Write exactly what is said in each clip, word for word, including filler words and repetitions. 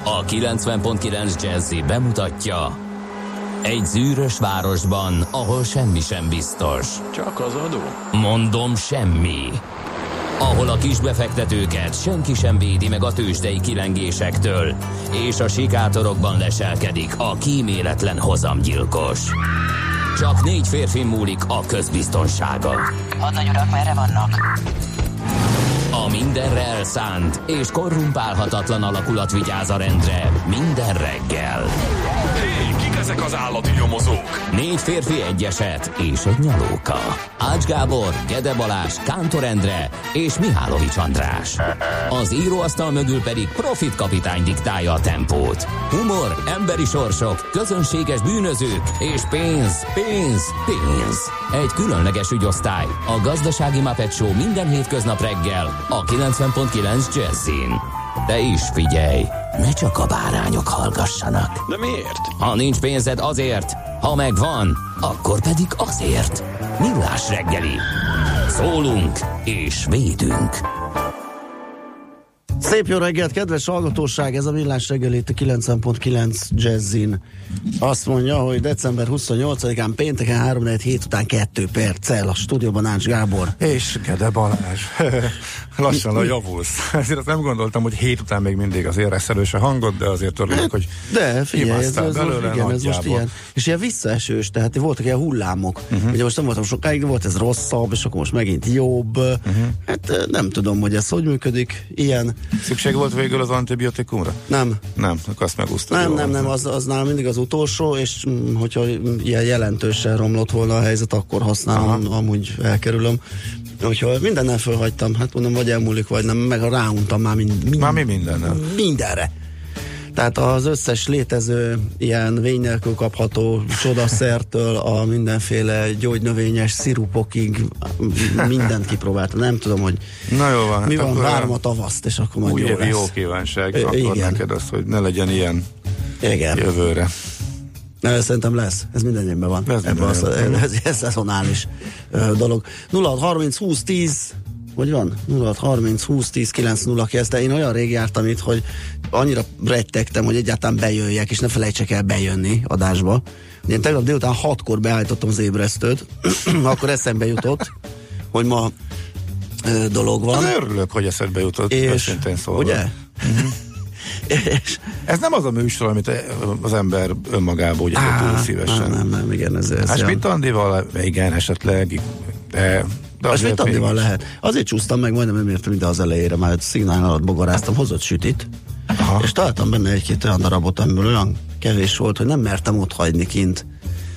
A kilencven pont kilenc Jazzy bemutatja: egy zűrös városban, ahol semmi sem biztos. Csak az adó? Mondom, semmi. Ahol a kisbefektetőket senki sem védi meg a tőzsdei kilengésektől, és a sikátorokban leselkedik a kíméletlen hozamgyilkos. Csak négy férfi múlik a közbiztonsága. Hadnagy urak, merre vannak? A mindenre elszánt és korrumpálhatatlan alakulat vigyáz a rendre minden reggel. Hé, kik ezek az állati nyomozók? Négy férfi, egy eset és egy nyalóka. Ács Gábor, Gede Balázs, Kántor Endre és Mihálovics András. Az íróasztal mögül pedig Profit kapitány diktálja a tempót. Humor, emberi sorsok, közönséges bűnözők és pénz, pénz, pénz. Egy különleges ügyosztály, a Gazdasági Muppet Show minden hétköznap reggel a kilencven pont kilenc Jazzin. De is figyelj, ne csak a bárányok hallgassanak. De miért? Ha nincs pénzed, azért, ha megvan, akkor pedig azért. Millás reggeli. Szólunk és védünk. Szép jó reggelt, kedves hallgatóság, ez a Millás reggeli itt a kilencven pont kilenc Jazzin. Azt mondja, hogy december huszonnyolcadikán pénteken három negyven hét után kettő perccel a stúdióban Ács Gábor. És Gede Balázs. Lassan a javulsz. Ezért nem gondoltam, hogy hét után még mindig az érreszelős a hangod, de azért örülök, hogy de figyelj, ez, ez, belőle, igen, ez most ilyen. És ilyen visszaesős, tehát voltak ilyen hullámok. Uh-huh. Ugye most nem voltam sokáig, de volt ez rosszabb, és akkor most megint jobb. Uh-huh. Hát nem tudom, hogy ez hogy működik. Ilyen. Szükség volt végül az antibiotikumra? Nem. Nem, akkor azt megúsztad. Nem, nem, nem, az, az nálam mindig az utolsó, és hm, hogyha ilyen jelentősen romlott volna a helyzet, akkor használom, aha, amúgy elkerülöm. Úgyhogy mindennel fölhagytam, hát mondom, vagy elmúlik, vagy nem, meg a ráuntam már, mind, mind, már mi mindennel? Mindenre. Tehát az összes létező ilyen vény nélkül kapható csodaszertől a mindenféle gyógynövényes szirupokig mindent kipróbáltam. Nem tudom, hogy na jó van, mi hát van, várom a tavaszt, és akkor majd jó lesz. Jó kívánság, I- akkor igen. neked az, hogy ne legyen ilyen igen. jövőre. Na, szerintem lesz. Ez minden évben van. Ez, Ebben az, ez, ez szezonális uh, dolog. nulla hat harminc húsz tíz hogy van? nulla hat harminc húsz tíz kilenc nulla kezdte. Én olyan rég jártam itt, hogy annyira rettegtem, hogy egyáltalán bejöjjek, és ne felejtsek el bejönni adásba. Én tegnap délután hatkor beállítottam az ébresztőt, akkor eszembe jutott, hogy ma uh, dolog van. Az örülök, hogy eszedbe jutott. És, szólva. ugye? Uh-huh. és, ez nem az a műsor, amit az ember önmagából ugye túl szívesen. Nem, nem, igen, ez, ez hát Schmidt Andival, igen, esetleg, de a Schmidt Andival lehet. Azért csúsztam meg, majdnem nem értem ide az elejére, már szignál alatt bogaráztam, hozott sütit, aha, és találtam benne egy-két olyan darabot, amiből olyan kevés volt, hogy nem mertem ott hagyni kint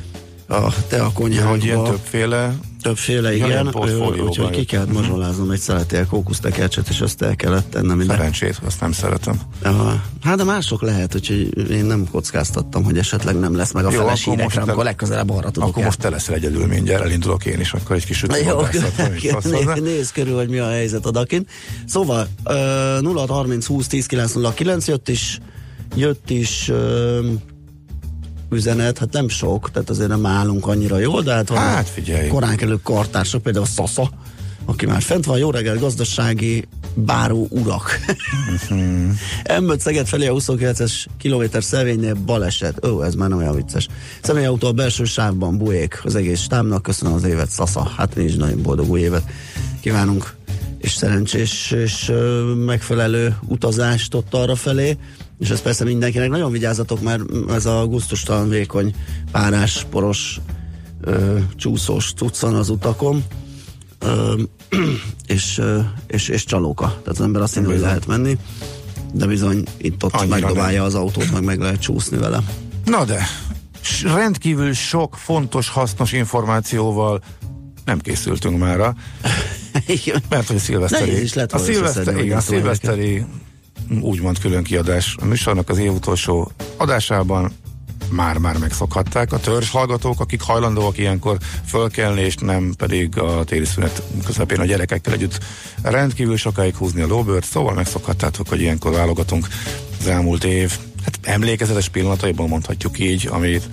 a teakonyhába. Hogy ilyen többféle Többféle, igen, úgyhogy ki kellett mazsoláznom egy szeletél kókusztekercset, és azt el kellett tennem ide. Szerencsét, azt nem szeretem. Aha. Hát de mások lehet, úgyhogy én nem kockáztattam, hogy esetleg nem lesz meg a feles hírekre, amikor legközelebb arra tudok. Akkor most te leszel egyedül, mindjárt elindulok én is, akkor egy kis ütövadászat. Nézd körül, hogy mi a helyzet odakint. Szóval uh, nulla hat harminc húsz tíz kilenc nulla kilenc jött is, jött is uh, üzenet, hát nem sok, tehát azért nem állunk annyira jól, de hát, hát figyelj, korán kelő kartársak, például a Szasza, aki már fent van, jó reggel, gazdasági báró urak. Uh-huh. M öt Szeged felé a huszonkilences kilométer szelvénynél baleset. Ó, ez már nem olyan vicces. Személyautó a belső sávban, buék az egész stábnak, köszönöm az évet, Szasza. Hát mi is nagyon boldog új évet kívánunk, és szerencsés és uh, megfelelő utazást ott arra felé. És ez persze mindenkinek, nagyon vigyázzatok, mert ez a gusztustalan, vékony, párás, poros, ö, csúszós cuccon az utakon, ö, és, ö, és, és csalóka. Tehát az ember azt hinni, hogy lehet menni, de bizony itt-ott annyira megdobálja nem az autót, meg meg lehet csúszni vele. Na de, rendkívül sok fontos, hasznos információval nem készültünk mára, mert hogy a szilveszteri, a szilveszteri, igen, a szilveszteri úgymond külön kiadás a műsornak az év utolsó adásában már-már megszokhatták a törzs hallgatók, akik hajlandóak ilyenkor fölkelni, és nem pedig a téli szünet közepén a gyerekekkel együtt rendkívül sokáig húzni a lóbört, szóval megszokhattátok, hogy ilyenkor válogatunk az elmúlt év hát emlékezetes pillanataiban, mondhatjuk így, amit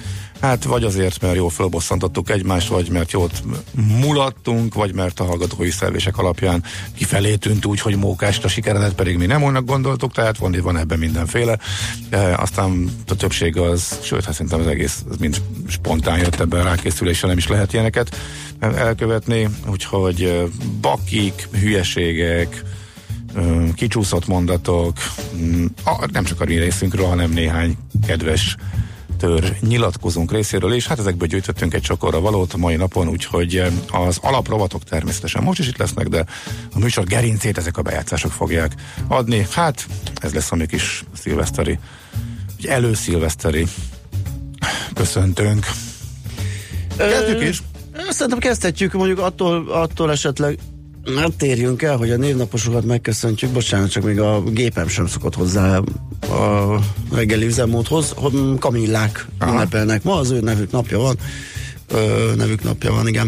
Hát vagy azért, mert jól fölbosszantottuk egymást, vagy mert jót mulattunk, vagy mert a hallgatói szervések alapján kifelé tűnt úgy, hogy mókást a sikeredet, pedig mi nem olyannak gondoltuk, tehát van, van ebben mindenféle. E, aztán a többség az, sőt, hát szerintem az egész az mind spontán jött, ebben rákészüléssel nem is lehet ilyeneket elkövetni, úgyhogy bakik, hülyeségek, kicsúszott mondatok, nem csak a mi részünkről, hanem néhány kedves tör nyilatkozunk részéről, és hát ezekből gyűjtöttünk egy csokorra valót a mai napon, úgyhogy az alaprovatok természetesen most is itt lesznek, de a műsor gerincét ezek a bejátszások fogják adni. Hát ez lesz a mi kis szilveszteri, előszilveszteri köszöntőnk. Kezdjük is. Szerintem kezdhetjük, mondjuk attól, attól esetleg nem térjünk el, hogy a névnaposokat megköszöntjük, bocsánat, csak még a gépem sem szokott hozzá a reggeli üzemmódhoz. Kamillák ünnepelnek ma, az ő nevük napja van, ö, nevük napja van, igen.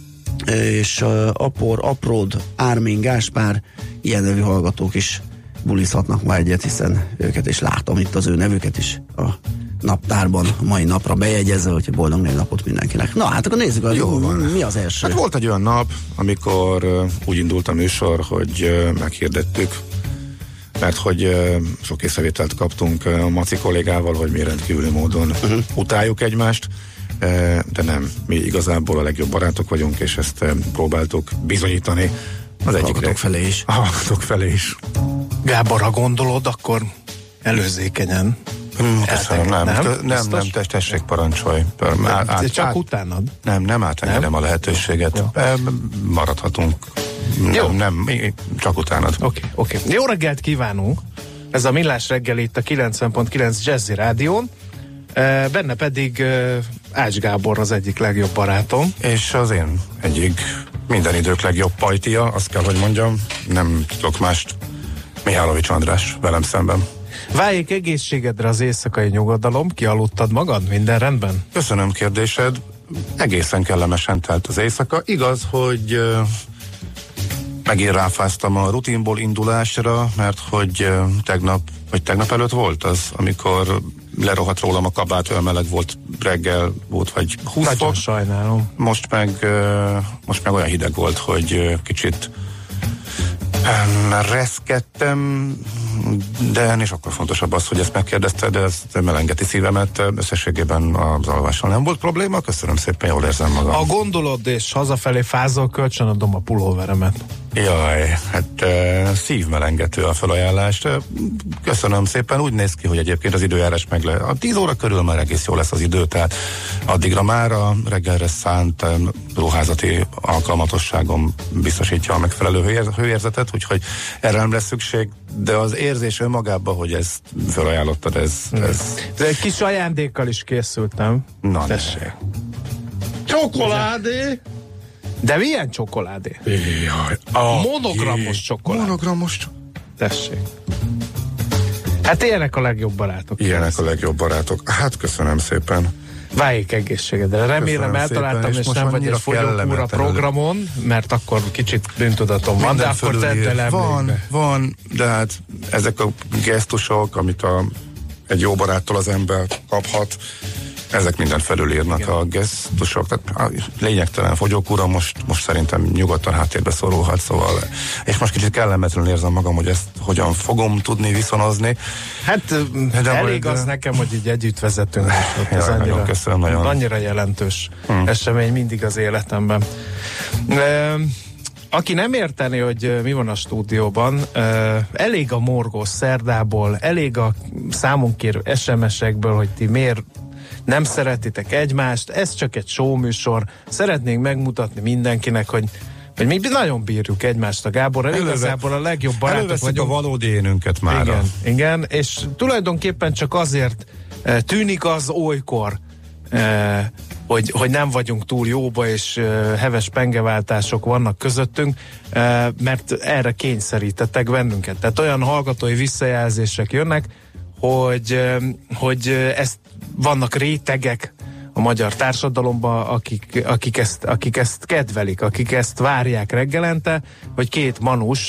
És ö, Apor, Apród, Ármin, Gáspár, ilyen nevű hallgatók is bulizhatnak ma egyet, hiszen őket is látom itt az ő nevüket is a naptárban, a mai napra bejegyezve, hogy boldog névnapot mindenkinek. Na hát akkor nézzük, hogy jó, mi az első. Hát volt egy olyan nap, amikor uh, úgy indult a műsor, hogy uh, meghirdettük, mert hogy uh, sok észrevételt kaptunk uh, a Maci kollégával, hogy mi rendkívüli módon uh-huh. utáljuk egymást, uh, de nem, mi igazából a legjobb barátok vagyunk, és ezt uh, próbáltuk bizonyítani az egyik hallgatók felé is. A hallgatók felé is. Gáborra gondolod, akkor előzékenyen. Hmm, köszönöm, nem, nem, nem, nem, nem te, tessék, parancsolj. Át, át, csak át, utánad? Nem, nem átengedem a lehetőséget. Okay. Maradhatunk. Jó. Nem, nem, csak utánad. Oké, okay, oké. Okay. Jó reggelt kívánunk! Ez a Millás reggel itt a kilencven pont kilenc Jazzy Rádión. Benne pedig Ács Gábor az egyik legjobb barátom. És az én egyik minden idők legjobb pajtia, azt kell, hogy mondjam. Nem tudok mást. Mihálovics András velem szemben. Váljék egészségedre az éjszakai nyugodalom, kialudtad magad? Minden rendben? Köszönöm kérdésed. Egészen kellemesen telt az éjszaka. Igaz, hogy uh, megint ráfáztam a rutinból indulásra, mert hogy uh, tegnap, vagy tegnap előtt volt az, amikor lerohadt rólam a kabát, olyan meleg volt reggel, volt vagy húsz Nagyon fok. sajnálom. Most meg, uh, most meg olyan hideg volt, hogy uh, kicsit um, reszkedtem, de ennél sokkal fontosabb az, hogy ezt megkérdezte, de ez melengeti szívemet, összességében az alvással nem volt probléma, köszönöm szépen, jól érzem magam. A gondolod és hazafelé fázol, kölcsönadom a pulóveremet. Jaj, hát uh, szívmelengető a felajánlást. Uh, köszönöm szépen, úgy néz ki, hogy egyébként az időjárás meg le. A tíz óra körül már egész jó lesz az idő, tehát addigra már a reggelre szánt um, ruházati alkalmatosságom biztosítja a megfelelő hőér- hőérzetet, úgyhogy erre nem lesz szükség, de az érzés önmagában, hogy ezt felajánlottad, ez... ez... De egy kis ajándékkal is készültem. Na, tessék. Csokoládé! De milyen csokoládé? Jaj, a monogramos csokoládé. Monogramos Tessék. Hát ilyenek a legjobb barátok. Ilyenek kész. A legjobb barátok. Hát köszönöm szépen. Váljék egészségedre. Remélem eltaláltam, és, és nem vagy egy fogyókúra programon, mert akkor kicsit bűntudatom van, de akkor tedd el Van, van, de hát ezek a gesztusok, amit a, egy jó baráttól az ember kaphat, ezek minden felülírnak. Igen. A gesztusok, tehát a lényegtelen fogyókúra most, most szerintem nyugodtan háttérbe szorulhat, szóval, és most kicsit kellemetlenül érzem magam, hogy ezt hogyan fogom tudni viszonozni. Hát de elég majd, az nekem, hogy így együtt vezetünk. Jaj, ez annyira, nagyon köszönöm, nagyon. annyira jelentős hmm. esemény mindig az életemben. De, aki nem érteni, hogy mi van a stúdióban, elég a morgós szerdából, elég a számunk kérő es em es-ekből, hogy ti miért nem szeretitek egymást, ez csak egy showműsor, szeretnénk megmutatni mindenkinek, hogy, hogy mi nagyon bírjuk egymást a Gáborral, igazából a legjobb barátok vagyunk. a valódi énünket már. Igen, igen, és tulajdonképpen csak azért e, tűnik az olykor, e, hogy, hogy nem vagyunk túl jóba, és e, heves pengeváltások vannak közöttünk, e, mert erre kényszerítettek bennünket. Tehát olyan hallgatói visszajelzések jönnek, hogy, hogy ezt vannak rétegek a magyar társadalomban, akik, akik, ezt, akik ezt kedvelik, akik ezt várják reggelente, hogy két manus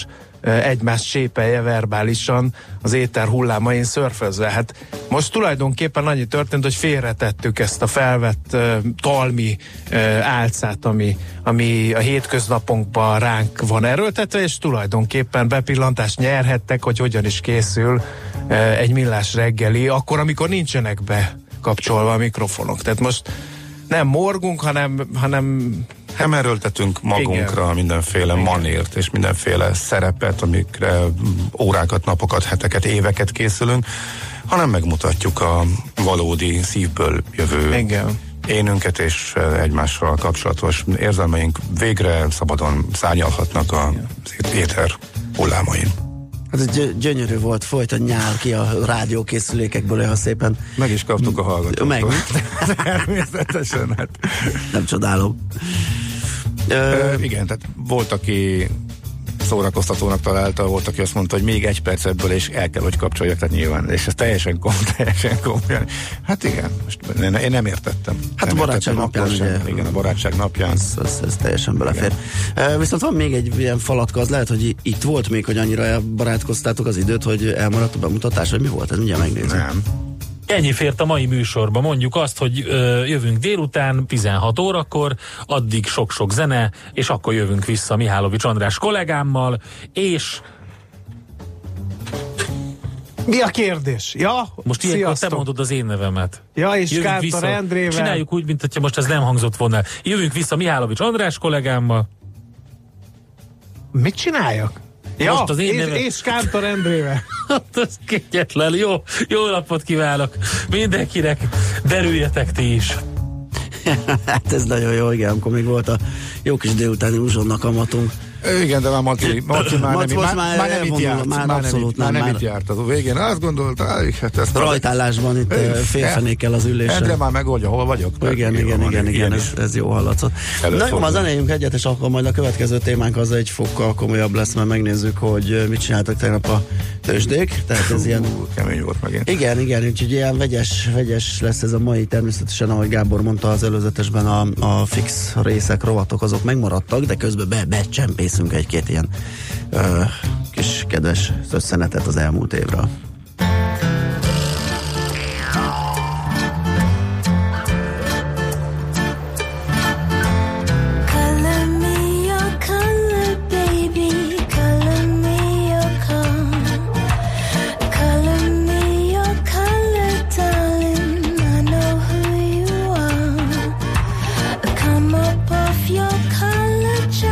egymást sépelje verbálisan az éter hullámain szörfözve. Hát most tulajdonképpen annyi történt, hogy félretettük ezt a felvett uh, talmi uh, álcát, ami, ami a hétköznapunkban ránk van erőltetve, és tulajdonképpen bepillantást nyerhettek, hogy hogyan is készül uh, egy millás reggeli, akkor, amikor nincsenek bekapcsolva a mikrofonok. Tehát most nem morgunk, hanem, hanem nem erőltetünk magunkra igen. mindenféle igen. manért és mindenféle szerepet, amikre órákat, napokat, heteket, éveket készülünk, hanem megmutatjuk a valódi szívből jövő igen. énünket, és egymással kapcsolatos érzelmeink végre szabadon szárnyalhatnak az éter hullámain. Ez egy gyönyörű volt, folyt a nyál ki a rádiókészülékekből, ha szépen... Meg is kaptuk a hallgatóktól. Meg. Természetesen, hát. Nem csodálom. Ö, igen, tehát volt, aki szórakoztatónak találta, volt, aki azt mondta, hogy még egy perc ebből, és el kell, hogy kapcsoljak, tehát nyilván, és ez teljesen kom, teljesen komolyan. Hát igen, most én, én nem értettem. Hát nem a barátság napján, ugye. Igen, a barátság napján. Ez, ez, ez teljesen belefér. Uh, viszont van még egy ilyen falatka, az lehet, hogy itt volt még, hogy annyira elbarátkoztátok az időt, hogy elmaradt a bemutatás, hogy mi volt, ez mindjárt megnézzük. Nem. Ennyi fért a mai műsorba. Mondjuk azt, hogy ö, jövünk délután tizenhat órakor, addig sok-sok zene, és akkor jövünk vissza Mihálovics András kollégámmal, és... Mi a kérdés? Ja, most ilyenkor te mondod az én nevemet. Ja, és Kántor Endrével. Csináljuk úgy, mint hogyha most ez nem hangzott volna. Jövünk vissza Mihálovics András kollégámmal. Mit csináljak? Ja, most az én és, és Kántor Endrével. Ez kegyetlen. Jó, jó napot kívánok mindenkinek. Derüljetek ti is. Hát ez nagyon jó, igen, amikor még volt a jó kis délutáni uzsonnak amatunk. Igen, de már Marci, Marci már, Marci nem, már, már, már nem itt járt. Már, már abszolút nem, nem. Már nem itt járt. A végén azt gondolta, hát ezt... Rajtállásban itt félfenékkel az ülésen. Endre már megoldja, hol vagyok. Igen, igen, igen, igen, igen ez, ez jó hallatszott. Na jó, az zenéljünk egyet, és akkor majd a következő témánk az egy fokkal komolyabb lesz, mert megnézzük, hogy mit csináltak tegnap a tőzsdék. Tehát ez ilyen... kemény volt megint. Igen, igen, úgyhogy ilyen vegyes, vegyes lesz ez a mai, természetesen, ahogy Gábor mondta az előzetesben, a, a fix részek, rovatok azok megmaradtak, de közben be, becsempészünk egy-két ilyen ö, kis kedves szösszenetet az elmúlt évről.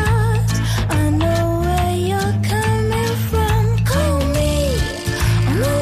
No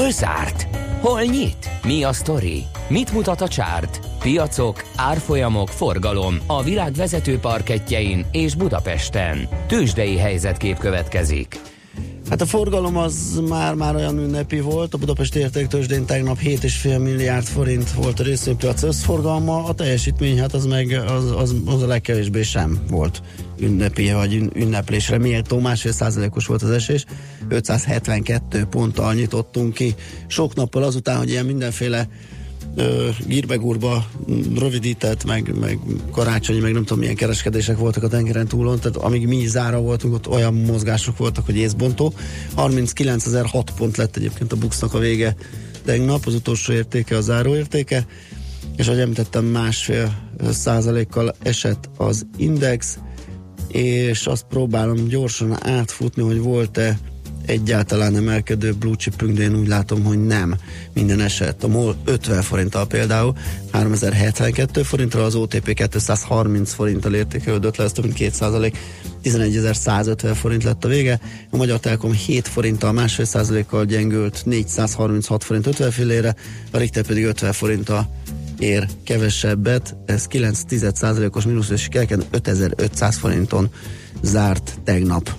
Hol zárt? Hol nyit? Mi a sztori? Mit mutat a csárt? Piacok, árfolyamok, forgalom a világ vezető parkettjein és Budapesten. Tőzsdei helyzetkép következik. Hát a forgalom az már-már olyan ünnepi volt. A Budapesti Értéktőzsdén tegnap hét egész öt milliárd forint volt a részvénypiac összforgalma, a teljesítmény hát az meg az, az, az a legkevésbé sem volt ünnepi vagy ünneplésre méltó, másfél százalékos volt az esés, ötszázhetvenkettő ponttal nyitottunk ki. Sok nappal azután, hogy ilyen mindenféle gírbegúrba rövidített, meg, meg karácsonyi, meg nem tudom milyen kereskedések voltak a tengeren túlon, tehát amíg mi zára voltunk, ott olyan mozgások voltak, hogy észbontó. harminckilencezer-hat pont lett egyébként a buxnak a vége tegnap, az utolsó értéke a záróértéke, és ahogy említettem, másfél százalékkal esett az index, és azt próbálom gyorsan átfutni, hogy volt-e egyáltalán emelkedő blue chipünk, de én úgy látom, hogy nem. Minden esett. A MOL ötven forinttal például, háromezer-hetvenkettő forintra, az o té pé kétszázharminc forinttal értékelődött le, ez több mint két százalék, tizenegyezer-százötven forint lett a vége. A Magyar Telekom hét forinttal, másfél százalékkal gyengült, négyszázharminchat forint ötven fillére, a Richter pedig ötven forinttal ér kevesebbet, ez kilenc százalékos mínusz, és kelken ötezer-ötszáz forinton zárt tegnap.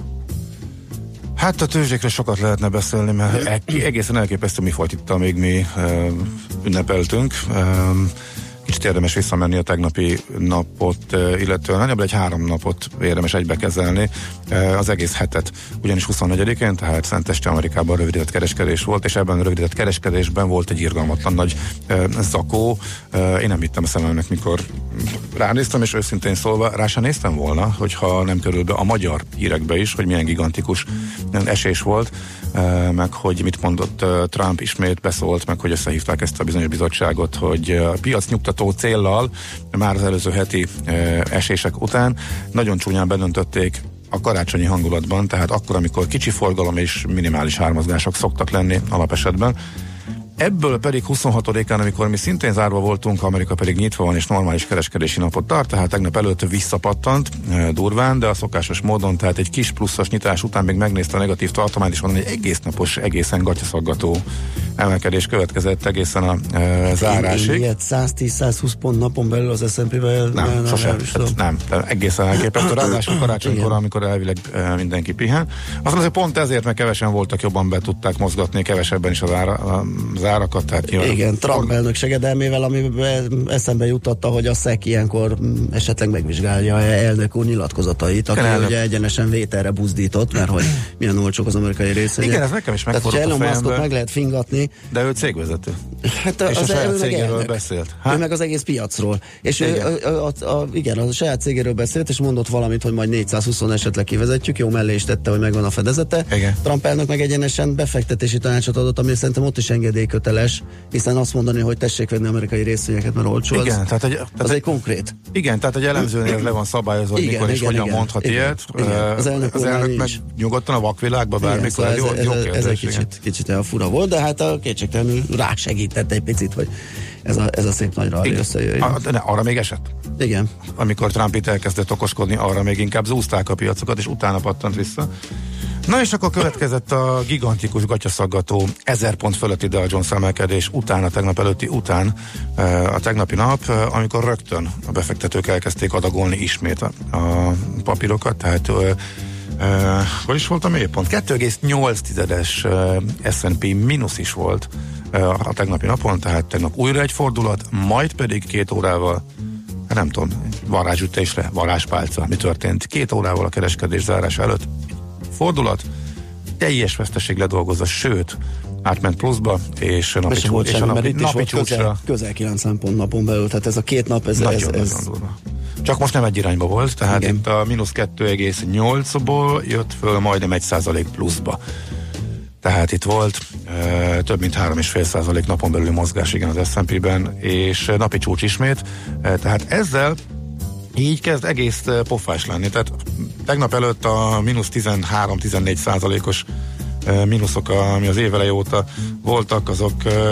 Hát a tőzsdékről sokat lehetne beszélni, mert egészen elképesztő mi volt itt, amíg mi uh, ünnepeltünk. Um, Kicsit érdemes visszamenni a tegnapi napot, uh, illetően nagyjából egy három napot érdemes egybekezelni, uh, az egész hetet. Ugyanis huszonnegyedikén, tehát Szenteste Amerikában rövidített kereskedés volt, és ebben a rövidített kereskedésben volt egy irgalmatlan nagy uh, zakó. Uh, én nem hittem a szememnek, mikor ránéztem, és őszintén szólva rá sem néztem volna, hogyha nem kerül be a magyar hírekbe is, hogy milyen gigantikus esés volt, meg hogy mit mondott Trump, ismét beszólt, meg hogy összehívták ezt a bizonyos bizottságot, hogy a piac nyugtató céllal már az előző heti esések után nagyon csúnyán bedöntötték a karácsonyi hangulatban, tehát akkor, amikor kicsi forgalom és minimális ármozgások szoktak lenni alapesetben. Ebből pedig huszonhatodikán, amikor mi szintén zárva voltunk, Amerika pedig nyitva van és normális kereskedési napot tart, tehát tegnap előtt visszapattant e, durván, de a szokásos módon, tehát egy kis pluszos nyitás után még megnézte a negatív tartományt, és van egy egész napos, egészen gatyaszaggató emelkedés következett egészen a e, zárásig. Én, én ilyet száz-tíz-száz húsz pont napon belül az es and P-vel nem, sosem, nem, nem, egészen elképesztő, ráadásul karácsonykor, amikor elvileg e, mindenki pihen. Aztán azért pont ezért, mert kevesen voltak, jobban be tudták mozgatni, kevesebben is az ára, az árakat, tehát igen, Trump elnök segedelmével, ami eszembe jutatta, hogy a szek ilyenkor esetleg megvizsgálja elnök úr nyilatkozatait, aki elnök. Ugye egyenesen vételre buzdított, mert hogy milyen olcsók az amerikai részvények. Igen, ez nekem is megfordult a fejembe. Elon meg lehet fingatni. De ő cégvezető. Hát és az a saját cégéről elnök. beszélt. Hát? Ő meg az egész piacról. És igen. Ő, a, a, a, igen, a saját cégéről beszélt, és mondott valamit, hogy majd négyszázhúsz esetleg kivezetjük, jó mellé is tette, hogy megvan a fedezete. Igen. Trump elnök meg egyenesen befektetési tanácsot adott, ami szerintem ott is engedélyköteles, hiszen azt mondani, hogy tessék venni amerikai részvényeket, mert olcsó, igen, az, tehát egy, tehát az egy, egy konkrét. Igen, tehát egy elemzőnél le van szabályozva, hogy mikor és igen, hogyan igen, mondhat igen, ilyet. Igen, az elnök, az elnök meg nyugodtan a vakvilágba bármikor. Igen, szóval ez, jó, ez, jó ez egy kicsit, kicsit olyan fura volt, de hát a kétségtelenül rásegített egy picit, hogy ez a, ez a szép nagy rally összejöjjön. A, de arra még esett? Igen. Amikor Trump itt elkezdett okoskodni, arra még inkább zúzták a piacokat, és utána pattant vissza. Na és akkor következett a gigantikus gatyaszaggató ezer pont fölötti Dow Jones emelkedés után, a tegnap előtti után, a tegnapi nap, amikor rögtön a befektetők elkezdték adagolni ismét a, a papírokat, tehát uh, uh, hol is volt a mélypont? kettő egész nyolc es es and P mínusz is volt uh, a tegnapi napon, tehát tegnap újra egy fordulat, majd pedig két órával nem tudom, varázsütésre, varázspálca, mi történt? Két órával a kereskedés zárás előtt fordulat, teljes veszteség ledolgozza, sőt, átment pluszba, és napi, csúcs, volt és semmi, a napi, napi csúcsra. Közel, közel kilencven pont napon belül, tehát ez a két nap, ez... Nagyon, ez, ez... Csak most nem egy irányba volt, tehát igen. Itt a mínusz kettő egész nyolcból jött föl majdnem egy százalék pluszba. Tehát itt volt e, több mint három egész öt százalék napon belüli mozgás, igen, az es and P-ben, és napi csúcs ismét, e, tehát ezzel így kezd egész pofás lenni. Tehát tegnap előtt a mínusz tizenhárom-tizennégy százalékos e, mínuszok, ami az éveleje óta voltak, azok e,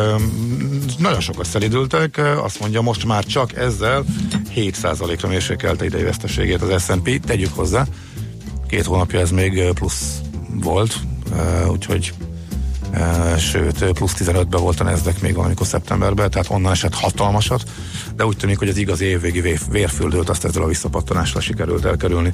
nagyon sokat szelidültek. E, azt mondja, most már csak ezzel hét százalékra mérsékelte idei veszteségét az es and P. Tegyük hozzá, két hónapja ez még plusz volt, e, úgyhogy e, sőt, plusz tizenötben volt a Nasdaq még valamikor szeptemberben, tehát onnan esett hatalmasat, de úgy tűnik, hogy az igazi évvégi vérfüldőt azt ezzel a visszapattanással sikerült elkerülni.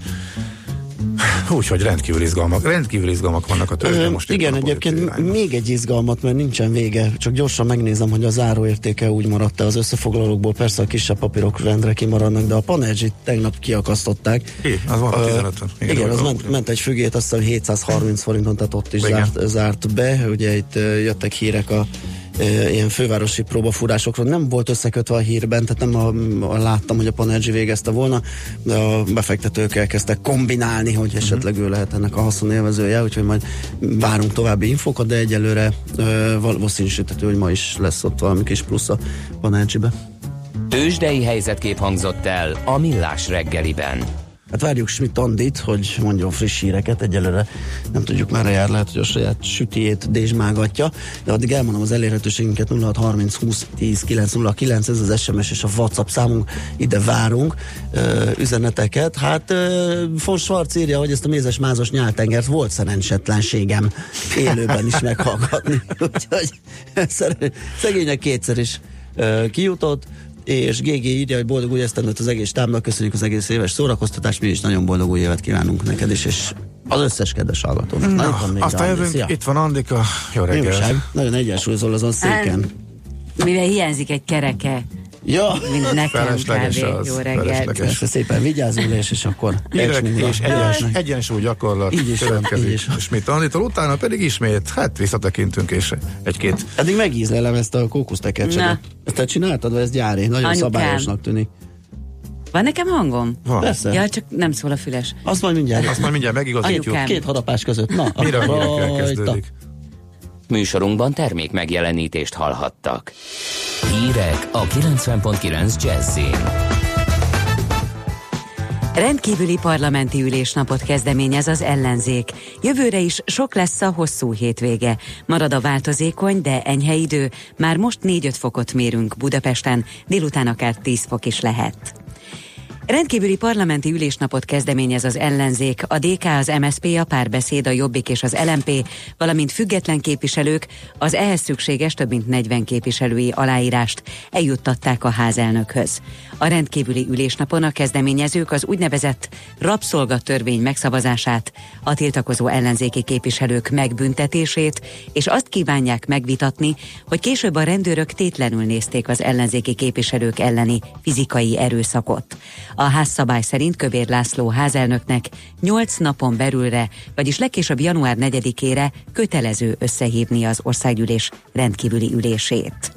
Úgyhogy rendkívül izgalmak, rendkívül izgalmak vannak a tőzsdén most. Igen, egyébként még egy izgalmat, mert nincsen vége, csak gyorsan megnézem, hogy a záróértéke úgy maradt-e az összefoglalókból, persze a kisebb papírok rendre kimaradnak, de a Panergy tegnap kiakasztották. É, az van a tizenötön. Igen, igen, az ment, ment egy függét, azt hiszem hétszázharminc forinton, tehát ott is zárt, zárt be, ugye itt jöttek hírek a e, ilyen fővárosi próbafúrásokról. Nem volt összekötve a hírben, tehát nem a, a, láttam, hogy a Panergy végezte volna, de a befektetők elkezdtek kombinálni, hogy esetleg ő lehet ennek a haszonélvezője, úgyhogy majd várunk további infókat, de egyelőre e, valószínűsíthető, hogy ma is lesz ott valami kis plusz a Panergybe. Tőzsdei helyzetkép hangzott el a Millás reggeliben. Hát várjuk Schmidt Andit, hogy mondjon friss híreket, egyelőre nem tudjuk merre jár, lehet, hogy a saját sütiét dézsmágatja, de addig elmondom az elérhetőségünket nulla hat harminc húsz tíz kilenc nulla kilenc, ez az es em es és a WhatsApp számunk, ide várunk ö, üzeneteket. Hát ö, von Schwarz írja, hogy ezt a mézes-mázos nyáltengert volt szerencsetlenségem élőben is meghallgatni, úgyhogy szegények kétszer is ö, kijutott, és gé gé írja, hogy boldog új esztendőt az egész tábnak, köszönjük az egész éves szórakoztatást, mi is nagyon boldog új évet kívánunk neked is, és az összes kedves hallgatónak. Na, aztán jövünk, itt van Andika, jó reggel. Nagyon egyensúlyozol azon széken. Mivel hiányzik egy kereke. Ja, mint nekem felesleges kávé. Az, jó reggelt. Persze szépen vigyázulás, és akkor Hírek és egyens, egyensúly gyakorlat következik Schmidt Anditól, utána pedig ismét, hát visszatekintünk, és egy-két... Eddig megízlelem ezt a kókusztekercset. Ezt te csináltad, vagy ez gyári? Nagyon Anyukám. Szabályosnak tűnik. Van nekem hangom? Van. Persze. Ja, csak nem szól a füles. Azt majd mindjárt. Azt majd mindjárt megigazítjuk. Anyukám. Két harapás között. Na, mire a kezdődik? Műsorunkban termék megjelenítést hallhattak. Hírek a kilencven pont kilenc Jazzin. Rendkívüli parlamenti ülésnapot kezdeményez az ellenzék. Jövőre is sok lesz a hosszú hétvége. Marad a változékony, de enyhe idő. Már most négy-öt fokot mérünk Budapesten, délután akár tíz fok is lehet. Rendkívüli parlamenti ülésnapot kezdeményez az ellenzék, a dé ká, az em es zé pé, a Párbeszéd, a Jobbik és az el em pé, valamint független képviselők az ehhez szükséges több mint negyven képviselői aláírást eljuttatták a házelnökhöz. A rendkívüli ülésnapon a kezdeményezők az úgynevezett rabszolgatörvény megszavazását, a tiltakozó ellenzéki képviselők megbüntetését, és azt kívánják megvitatni, hogy később a rendőrök tétlenül nézték az ellenzéki képviselők elleni fizikai erőszakot. A házszabály szerint Kövér László házelnöknek nyolc napon belülre, vagyis legkésőbb január negyedikére kötelező összehívni az országgyűlés rendkívüli ülését.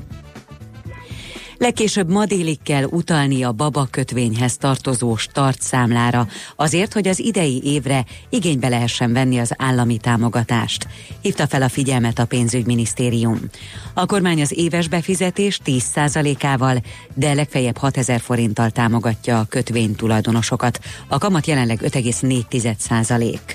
Legkésőbb ma délig kell utalni a baba kötvényhez tartozó startszámlára, azért, hogy az idei évre igénybe lehessen venni az állami támogatást. Hívta fel a figyelmet a pénzügyminisztérium. A kormány az éves befizetés tíz százalékával, de legfeljebb hatezer forinttal támogatja a kötvény tulajdonosokat. A kamat jelenleg öt egész négy százalék.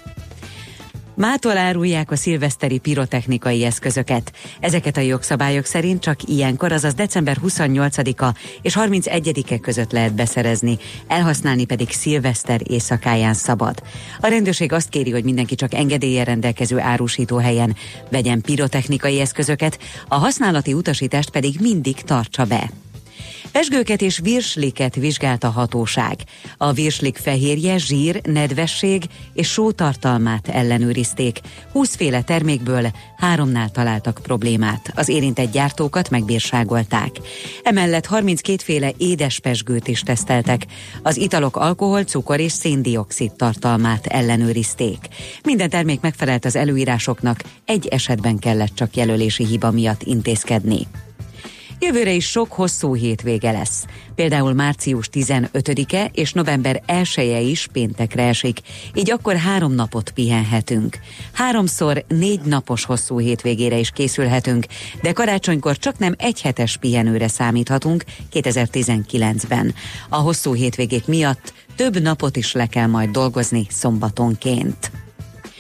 Mától árulják a szilveszteri pirotechnikai eszközöket. Ezeket a jogszabályok szerint csak ilyenkor, azaz december huszonnyolcadika és harmincegyedike között lehet beszerezni, elhasználni pedig szilveszter éjszakáján szabad. A rendőrség azt kéri, hogy mindenki csak engedéllyel rendelkező árusítóhelyen vegyen pirotechnikai eszközöket, a használati utasítást pedig mindig tartsa be. Pezsgőket és virsliket vizsgált a hatóság. A virslik fehérje, zsír, nedvesség és sótartalmát ellenőrizték. húszféle termékből háromnál találtak problémát. Az érintett gyártókat megbírságolták. Emellett harminckétféle édes pezsgőt is teszteltek. Az italok alkohol, cukor és széndioxid tartalmát ellenőrizték. Minden termék megfelelt az előírásoknak, egy esetben kellett csak jelölési hiba miatt intézkedni. Jövőre is sok hosszú hétvége lesz. Például március tizenötödike és november elseje is péntekre esik, így akkor három napot pihenhetünk. Háromszor négy napos hosszú hétvégére is készülhetünk, de karácsonykor csak nem egyhetes pihenőre számíthatunk kétezer-tizenkilencben. A hosszú hétvégék miatt több napot is le kell majd dolgozni szombatonként.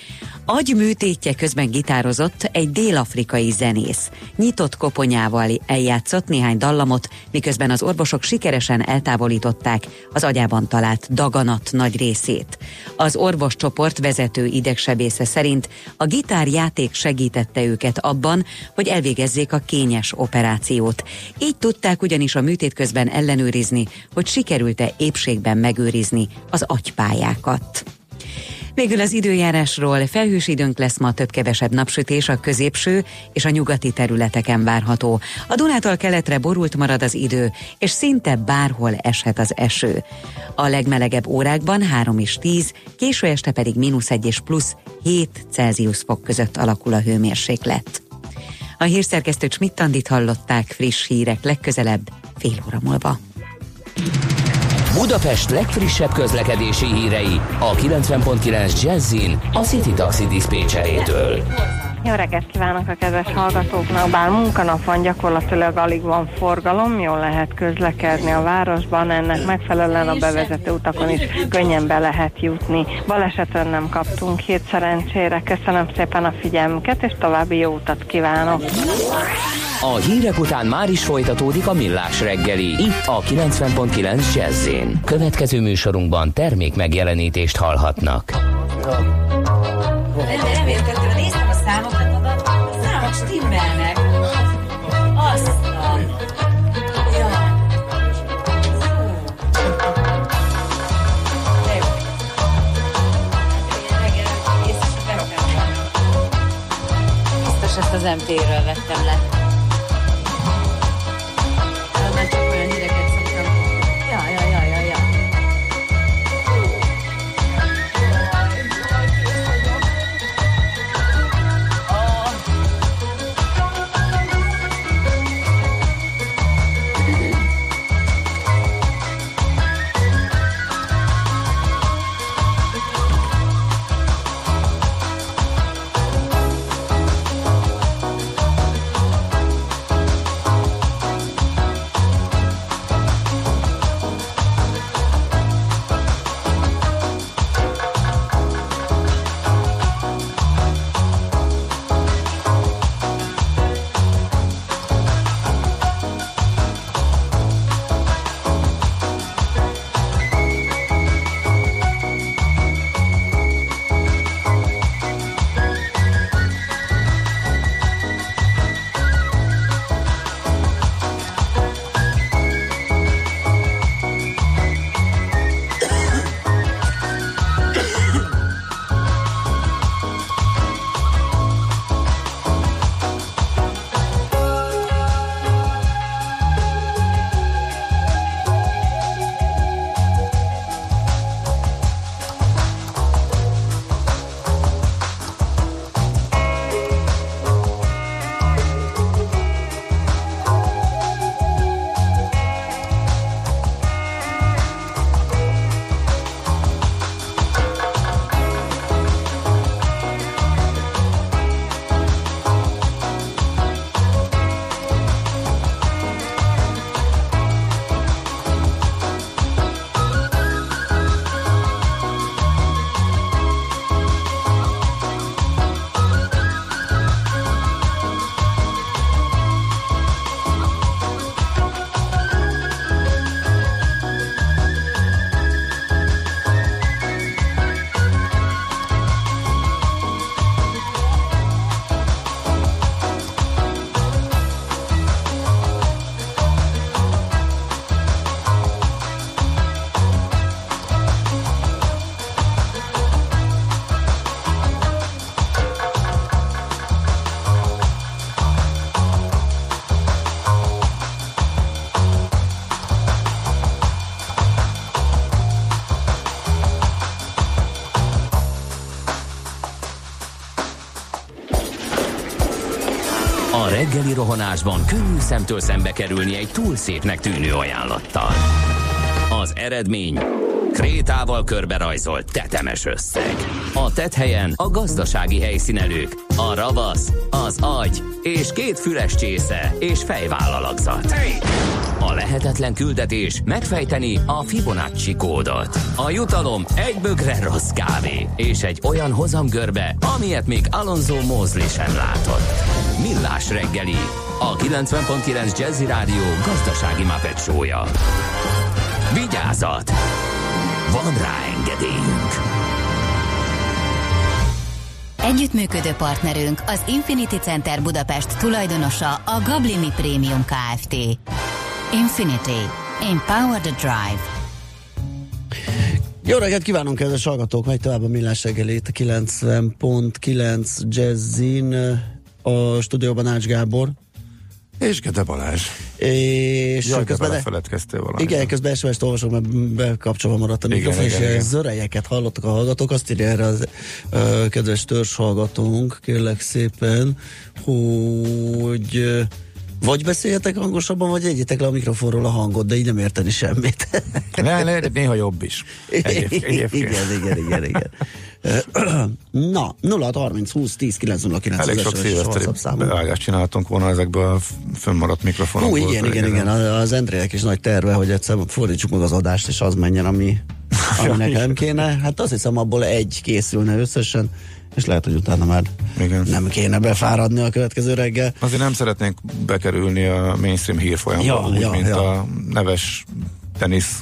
Agyműtétje közben gitározott egy dél-afrikai zenész. Nyitott koponyával eljátszott néhány dallamot, miközben az orvosok sikeresen eltávolították az agyában talált daganat nagy részét. Az orvoscsoport vezető idegsebésze szerint a gitárjáték segítette őket abban, hogy elvégezzék a kényes operációt. Így tudták ugyanis a műtét közben ellenőrizni, hogy sikerült-e épségben megőrizni az agypályákat. Végül az időjárásról: felhős időnk lesz ma, több-kevesebb napsütés a középső és a nyugati területeken várható. A Dunától keletre borult marad az idő, és szinte bárhol eshet az eső. A legmelegebb órákban három és tíz, késő este pedig mínusz egy és plusz hét Celsius fok között alakul a hőmérséklet. A hírszerkesztő Schmidt-Andit hallották, friss hírek legközelebb fél óra múlva. Budapest legfrissebb közlekedési hírei a kilencven pont kilenc Jazzin a City Taxi diszpécsejétől. Jó reggelt kívánok a kedves hallgatóknak! Bár munkanap van, gyakorlatilag alig van forgalom, jól lehet közlekedni a városban, ennek megfelelően a bevezető utakon is könnyen be lehet jutni. Balesetön nem kaptunk hírt szerencsére. Köszönöm szépen a figyelmüket, és további jó utat kívánok! A hírek után már is folytatódik a Millás reggeli, itt a kilencven pont kilenc Jazzin. Következő műsorunkban termék megjelenítést hallhatnak. Reméltetően néztem a számokat, a számok stimmelnek. Aztán. Ja. Biztos ezt az em té-ről vettem le. Már csak olyan híreket szoktam. Ja, ja, ja, ja, ja. A reggeli rohanásban könnyű szemtől szembe kerülni egy túl szépnek tűnő ajánlattal. Az eredmény... Krétával körberajzolt tetemes összeg. A tetthelyen a gazdasági helyszínelők, a ravasz, az agy és két füles csésze és fejvállalakzat. A lehetetlen küldetés megfejteni a Fibonacci kódot. A jutalom egy bögre rossz kávé és egy olyan hozamgörbe, amilyet még Alonso Mosley sem látott. Millás reggeli, a kilencven pont kilenc Jazzy Rádió gazdasági Muppet show-ja. Vigyázat! Van rá engedélyünk! Együttműködő partnerünk az Infinity Center Budapest tulajdonosa a Gablini Premium Kft. Infinity. Empower the Drive. Jó reggelt kívánunk, kedves hallgatók! Megy tovább a Millás reggeli itt a kilencven pont kilenc Jazzin, a stúdióban Ács Gábor. És Gede Balázs. És Jaj, közben de feledkeztél valamit. Igen, közben es em es-t olvasok, mert bekapcsolva maradt a mikrofon, és igen. Zörejeket hallottak a hallgatók. Azt írja erre az uh, kedves törzs hallgatónk, kérlek szépen, hogy uh, vagy beszéljetek hangosabban, vagy egyetek le a mikrofonról a hangot, de így nem érteni semmit. Ne, ne, néha jobb is. Egyéb, igen, igen, igen, igen. Na, nulla harminc húsz tíz kilenc nulla kilenc. Elég sok szilveszteri beállítást csináltunk volna ezekből a fönnmaradt mikrofonokból. Hú, igen, igen, igen. Az Endrének is nagy terve, hogy egyszer fordítsuk meg az adást, és az menjen, ami, ami nekem kéne. Hát azt hiszem, abból egy készülne összesen, és lehet, hogy utána már igen. nem kéne befáradni a következő reggel. Azért nem szeretnénk bekerülni a mainstream hírfolyamba, ja, úgy, ja, mint ja. a neves tenisz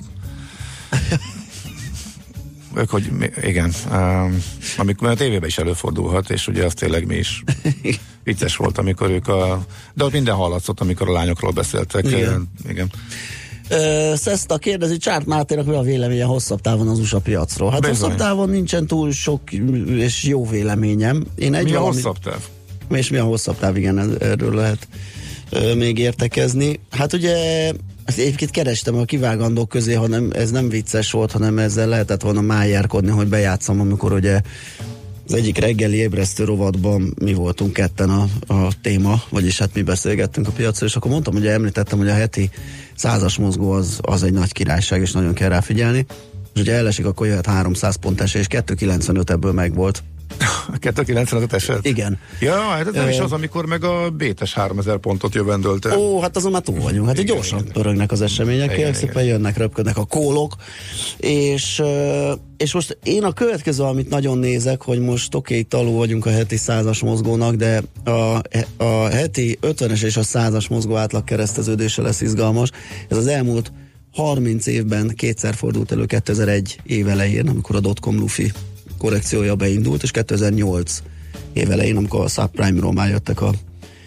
ők, hogy igen, um, amikor a tévében is előfordulhat, és ugye az tényleg mi is vicces volt, amikor ők a, de ott minden hallatszott, amikor a lányokról beszéltek. Igen. igen. Uh, Szeszta kérdezi, Csárt Máténak mi a véleménye hosszabb távon az u es á piacról? Hát Bizony. Hosszabb távon nincsen túl sok és jó véleményem. Én egy mi valami... a hosszabb táv? És mi a hosszabb táv, igen, erről lehet uh, még értekezni. Hát ugye ezt egyébként kerestem a kivágandók közé, hanem ez nem vicces volt, hanem ezzel lehetett volna májárkodni, hogy bejátszom, amikor ugye az egyik reggeli ébresztő rovatban mi voltunk ketten a, a téma, vagyis hát mi beszélgettünk a piacról, és akkor mondtam, hogy említettem, hogy a heti százas mozgó az, az egy nagy királyság, és nagyon kell rá figyelni. És ugye elesik, akkor jöhet háromszáz pont esés, és kettő kilencvenöt ebből meg volt. kettő kilencvenöt esett? Igen. Ja, hát ez nem is az, amikor meg a Bétes háromezer pontot jövendölte. Ó, hát azon már túl vagyunk. Hát igen, gyorsan igen. pörögnek az események, igen, kérlek szépen jönnek, röpködnek a kólok, és, és most én a következő, amit nagyon nézek, hogy most oké, okay, alul vagyunk a heti százas mozgónak, de a, a heti ötvenes és a százas mozgó átlag kereszteződése lesz izgalmas. Ez az elmúlt harminc évben kétszer fordult elő kétezer-egy év elején, amikor a dotcom lufi korrekciója beindult, és kétezer-nyolc év elején, amikor a subprime-ról már jöttek a,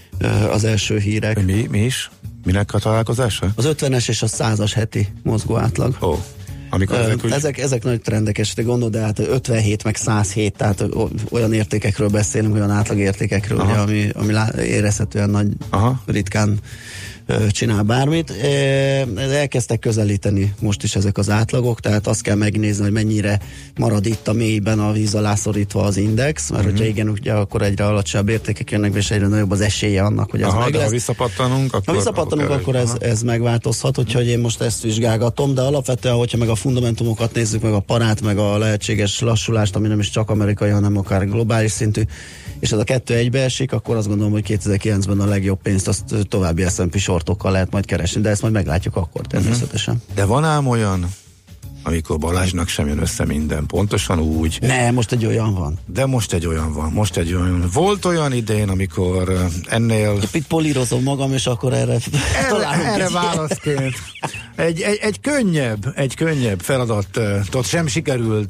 az első hírek. Mi, mi is? Minek a találkozása? Az ötvenes és a százas heti mozgó átlag. Ó, amikor ezek, úgy... ezek, ezek nagy trendek, és te gondolod, de hát ötvenhét meg száz hét, tehát olyan értékekről beszélünk, olyan átlagértékekről, ugye, ami, ami érezhetően nagy, Aha. ritkán csinál bármit. Elkezdtek közelíteni most is ezek az átlagok, tehát azt kell megnézni, hogy mennyire marad itt a mélyben a víz alá szorítva az index, mert uh-huh. hogyha igen, ugye akkor egyre alacsonyabb értékek jönnek, és egyre nagyobb az esélye annak, hogy ez Aha, meg lesz. Ha visszapattanunk, akkor, ha visszapattanunk, akkor, akkor ez, ez megváltozhat, úgyhogy én most ezt vizsgálgatom, de alapvetően, hogyha meg a fundamentumokat nézzük, meg a parát, meg a lehetséges lassulást, ami nem is csak amerikai, hanem akár globális szintű, és ez a kettő egybe esik, akkor azt gondolom, hogy kétezer-kilencben a legjobb pénzt azt további es and pé sortokkal lehet majd keresni, de ezt majd meglátjuk akkor természetesen. Uh-huh. De van ám olyan, amikor Balázsnak sem jön össze minden, pontosan úgy. Ne, most egy olyan van. De most egy olyan van, most egy olyan. Volt olyan idén, amikor ennél... Itt polírozom magam, és akkor erre találunk. Erre válaszként. Egy, egy, egy könnyebb, egy könnyebb feladatot sem sikerült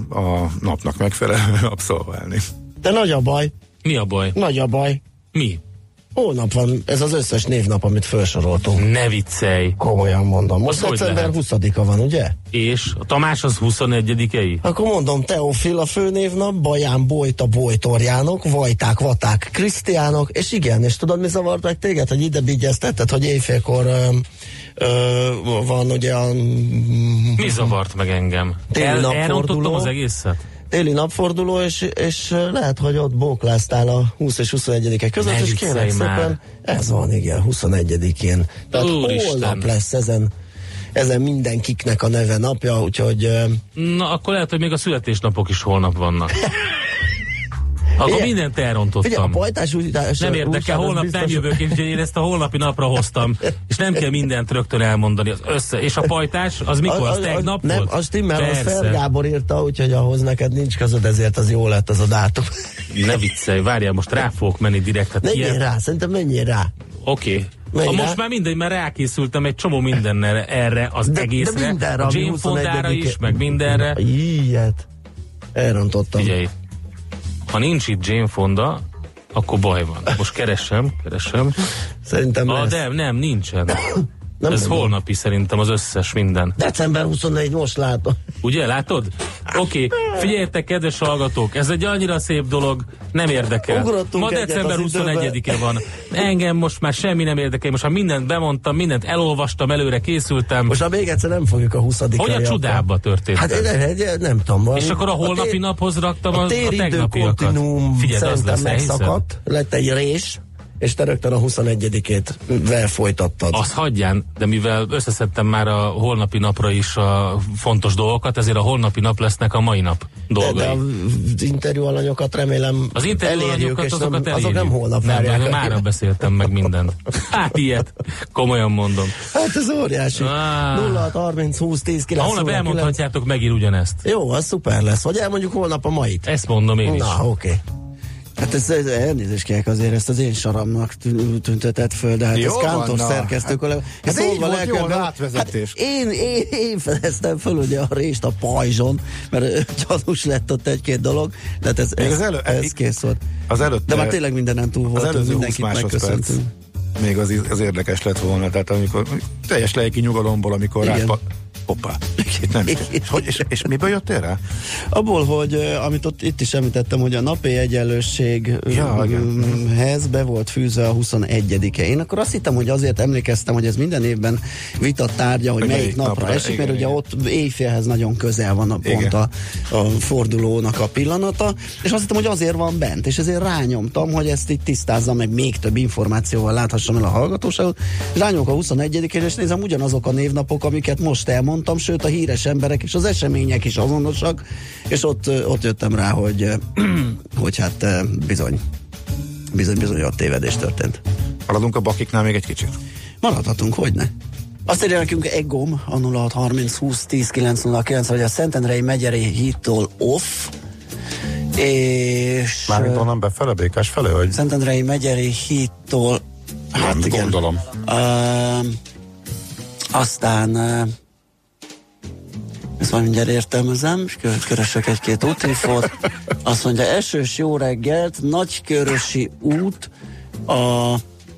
a napnak megfelelően abszolválni. De nagy a baj. Mi a baj? Nagy a baj. Mi? Holnap van ez az összes névnap, amit felsoroltunk. Ne viccelj. Komolyan mondom. Most december huszadika van, ugye? És? A Tamás az huszonegyedikei? Akkor mondom, Teofil a főnévnap, Baján Bojta Bojtorjánok, Vajták Vaták Krisztiánok, és igen, és tudod mi zavart meg téged, hogy ide bigyeztetted, hogy éjfélkor ö, ö, van ugye a... Mi zavart meg engem? El, elrontottam az egészet? Téli napforduló, és, és lehet, hogy ott bókláztál a húsz és huszonegyedike között, ne és kérlek szépen, ez van, igen, huszonegyedikén. Tehát Úristen. holnap lesz ezen ezen mindenkiknek a neve napja, úgyhogy... Na, akkor lehet, hogy még a születésnapok is holnap vannak. Akkor igen, mindent elrontottam. Figyelj, a pajtás újítás... Nem érdekel, holnap biztos... nem jövök, és én ezt a holnapi napra hoztam, és nem kell mindent rögtön elmondani. Az össze. És a pajtás, az mikor? Az, az tegnap nem, volt? Nem, az timmel, az Fer Gábor írta, úgyhogy ahhoz neked nincs közöd, ezért az jó lett az a dátum. Ne viccelj, várjál, most rá fogok menni direkt. Hát menjél ilyen... rá, szerintem menjél rá. Oké. Okay. Most már mindegy, mert rákészültem egy csomó mindennel erre az de, egészre. De mindenre, a Jane Fondára is, meg mindenre. Ilyet. Elrontottam. Figyelj. Ha nincs itt Jane Fonda, akkor baj van. Most keresem, keresem. Szerintem ah, de nem, nincsen. Nem Ez tudom. Holnapi szerintem az összes minden. december huszonegyedike most látom. Ugye, látod? Oké, okay. Figyeljetek, kedves hallgatók, ez egy annyira szép dolog, nem érdekel. Ugrottunk ma december huszonegyedike van. Engem most már semmi nem érdekel. Most már mindent bemondtam, mindent elolvastam, előre készültem. Most már még egyszer nem fogjuk a huszadikra. Hogy a csodába történt? Hát nem, nem tudom. Van. És akkor a holnapi a tér, naphoz raktam a, a, a tegnapiakat. Figyelj, az lesz, megszakadt, lett egy rés, és te rögtön a huszonegyedikét vel folytattad. Azt hagyján, de mivel összeszedtem már a holnapi napra is a fontos dolgokat, ezért a holnapi nap lesznek a mai nap dolgai. De, de az interjú alanyokat remélem az interjú elérjük, és azokat nem, azok nem holnap várják. Nem, mára beszéltem meg mindent. Hát ilyet, komolyan mondom. Hát ez óriási. Ah. nulla hat harminc húsz tíz kilenc. Holnap elmondhatjátok megint ugyanezt. Jó, az szuper lesz. Vagy elmondjuk holnap a mait. Ezt mondom én is. Na, oké. Okay. Hát ez, ez elnézést kérek, azért ezt az én saramnak tüntetett föl, de hát jó, ez Kántor szerkesztő kollega. Hát, hát így volt jól átvezetés. Hát én, én, én fedeztem föl ugye a rést a pajzson, mert gyanús lett ott egy-két dolog, de hát ez, ez, az elő, ez kész volt. Az előtt, de már tényleg mindenen túl volt, mindenkit megköszöntünk. Még az, az érdekes lett volna, tehát amikor teljes lelki nyugalomból, amikor rápa... Hoppá. Nem. És, hogy, és, és miből jöttél rá? Abból, hogy amit ott itt is említettem, hogy a napi egyenlőséghez be volt fűzve a huszonegyedike. Én akkor azt hittem, hogy azért emlékeztem, hogy ez minden évben vita tárgya, hogy melyik, melyik napra, napra esik, igen, mert igen. Ugye ott éjfélhez nagyon közel van a pont a, a fordulónak a pillanata, és azt hittem, hogy azért van bent, és ezért rányomtam, hogy ezt itt tisztázzam, meg még több információval láthassam el a hallgatóságot. Rányomok a huszonegyedikére, és nézem, ugyanazok a névnapok, amiket most elmondtam, sőt a híres emberek és az események is azonosak, és ott, ott jöttem rá, hogy, hogy hát bizony, bizony, bizony ott tévedés történt. Maradunk a bakiknál még egy kicsit? Maradhatunk, hogyne. Azt írja nekünk Egom a nulla hat harminc húsz tíz kilenc nulla kilenc, hogy a Szentendrei megyeri hídtól off, és... Mármint onnan befele, Békás fele, hogy? Szentendrei megyeri hídtól... Hát nem, igen. Gondolom. Uh, aztán... Uh, ezt majd mindjárt értelmezem, és keresek egy-két útinfót. Azt mondja, esős jó reggelt, Nagykörösi út, a...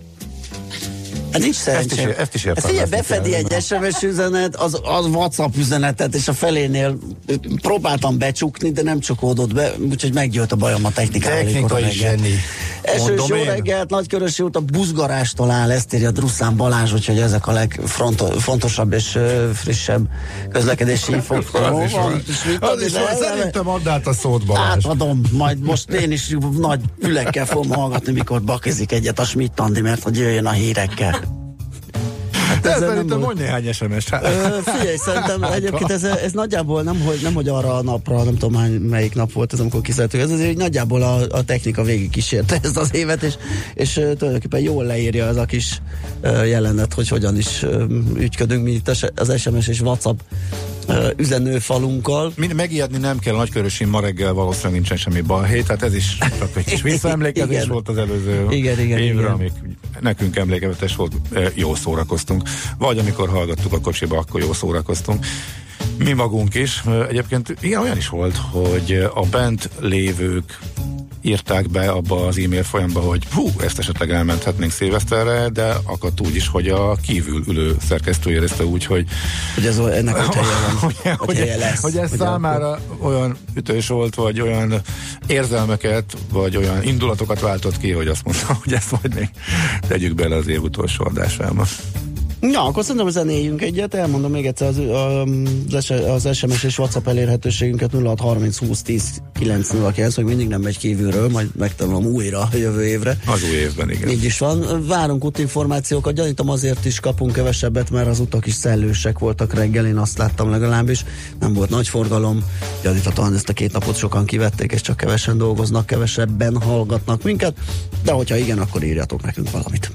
Hát nincs szerencsém. Ezt is, ezt is értem. Ezt befedi egy es em es üzenet, az, az WhatsApp üzenetet, és a felénél próbáltam becsukni, de nem csukódott be, úgyhogy meggyőlt a bajom a technikával. Technikai zseni. Esős jó reggelt, Nagykörösi út a buszgarástól áll, ezt írja Drusszán Balázs, úgyhogy ezek a legfontosabb és uh, frissebb közlekedési infók. Az is van. Az is van. Szerintem add át a szót, Balázs. Átadom, majd most én is nagy fülekkel fogom hallgatni, mikor bakizik egyet a Schmidt Andi, mert hogy jöjjön a hírekkel. Hát de szerintem mondj néhány es em es. Figyelj, szerintem egyébként ez, ez nagyjából nem hogy, nem, hogy arra a napra, nem tudom hány, melyik nap volt ez, amikor kiszálltuk, ez azért nagyjából a, a technika végig kísérte ezt az évet, és, és tulajdonképpen jól leírja ez a kis jelenet, hogy hogyan is ügyködünk mi itt az es em es és WhatsApp üzenőfalunkkal. Megijedni nem kell, Nagykörösin ma reggel valószínűleg nincsen semmi balhé, tehát ez is csak egy kis visszaemlékezés volt az előző igen, igen, évre, igen. amik nekünk emlékezetes volt, jól szórakoztunk. Vagy amikor hallgattuk a kocsiba, akkor jól szórakoztunk. Mi magunk is. Egyébként igen, olyan is volt, hogy a bent lévők írták be abba az e-mail folyamba, hogy hú, ezt esetleg elmenthetnénk szilveszterre, de akadt úgy is, hogy a kívül ülő szerkesztő érezte úgy, hogy hogy ez ennek öt helye van, hogy, hogy, helye lesz, hogy ez hogy számára akkor... olyan ütős volt, vagy olyan érzelmeket, vagy olyan indulatokat váltott ki, hogy azt mondta, hogy ezt majd még tegyük bele az év utolsó adásába. Na, akkor szerintem zenéljünk egyet, elmondom még egyszer az, az, az es em es és WhatsApp elérhetőségünket nulla hat harminc húsz tíz kilenc nulla kilenc, hogy mindig nem megy kívülről, majd megtanulom újra jövő évre. Az új évben, igen. Így is van. Várunk útinformációkat, gyanítom azért is kapunk kevesebbet, mert az utak is szellősek voltak reggel, én azt láttam legalábbis. Nem volt nagy forgalom, gyanítatóan ezt a két napot sokan kivették, és csak kevesen dolgoznak, kevesebben hallgatnak minket, de hogyha igen, akkor írjatok nekünk valamit.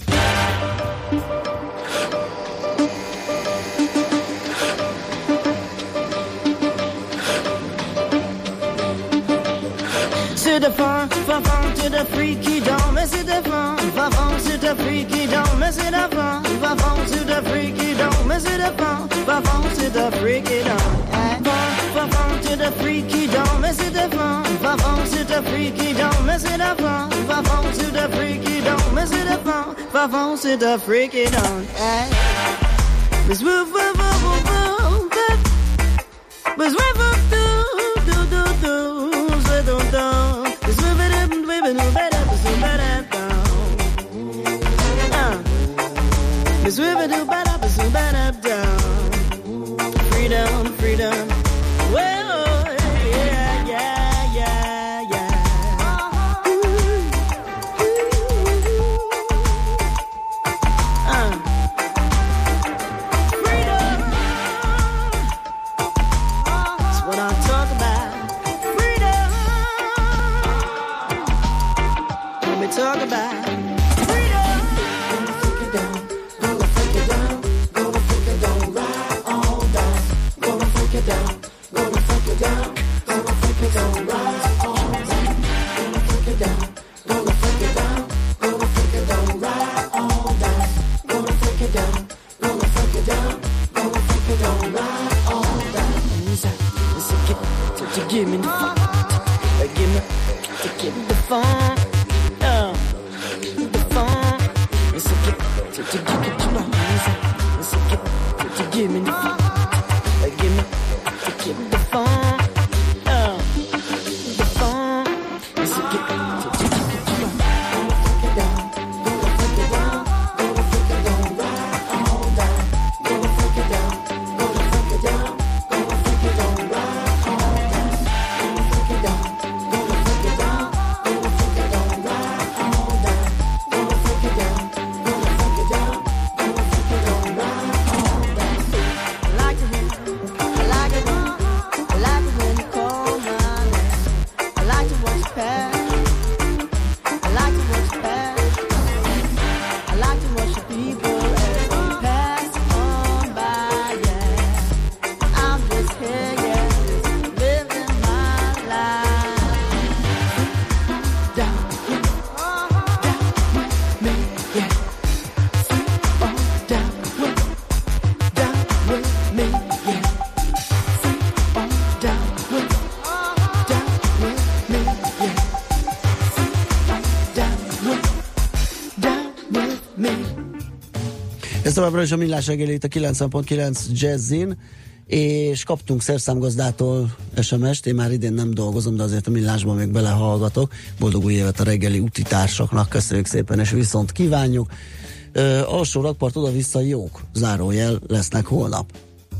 To the fun, fun, fun, to the freaky dome, is it the fun? Fun, fun, to the freaky dome, is it the fun? Fun, fun, to the freaky dome, is it the fun? Fun, fun, to the freaky dome. Fun, fun, to the freaky dome, is it the fun? Fun, fun, to the freaky dome, is it the fun? Fun, fun, to the freaky dome, is it the fun? Fun, fun, to the freaky dome. Miss Woof, woof, woof, woof, woof, Miss Woof, woof, doo, doo, doo, doo, say don't don't. Freedom, freedom. Well, yeah, yeah, yeah, yeah. Uh. Freedom. That's what I'm talking about. Freedom. Let me talk about. Give me the fun, give me, give me the fun, uh, the fun. It's a give, to give it to my hands. It's a give, to give me the fun, give me, to give me the fun, uh, the fun. It's a give, to give it to my hands. Break it down, gonna break it down, gonna break it down, right all down, gonna break it down, gonna break it down, gonna break it down, right. Továbbra is a Millás reggeli itt a kilencven pont kilenc Jazzin, és kaptunk szerszámgazdától es em est, én már idén nem dolgozom, de azért a Millásban még belehallgatok. Boldog új évet a reggeli utitársaknak, köszönjük szépen, és viszont kívánjuk. Ö, alsó rakpart oda-vissza jók, zárójel lesznek holnap.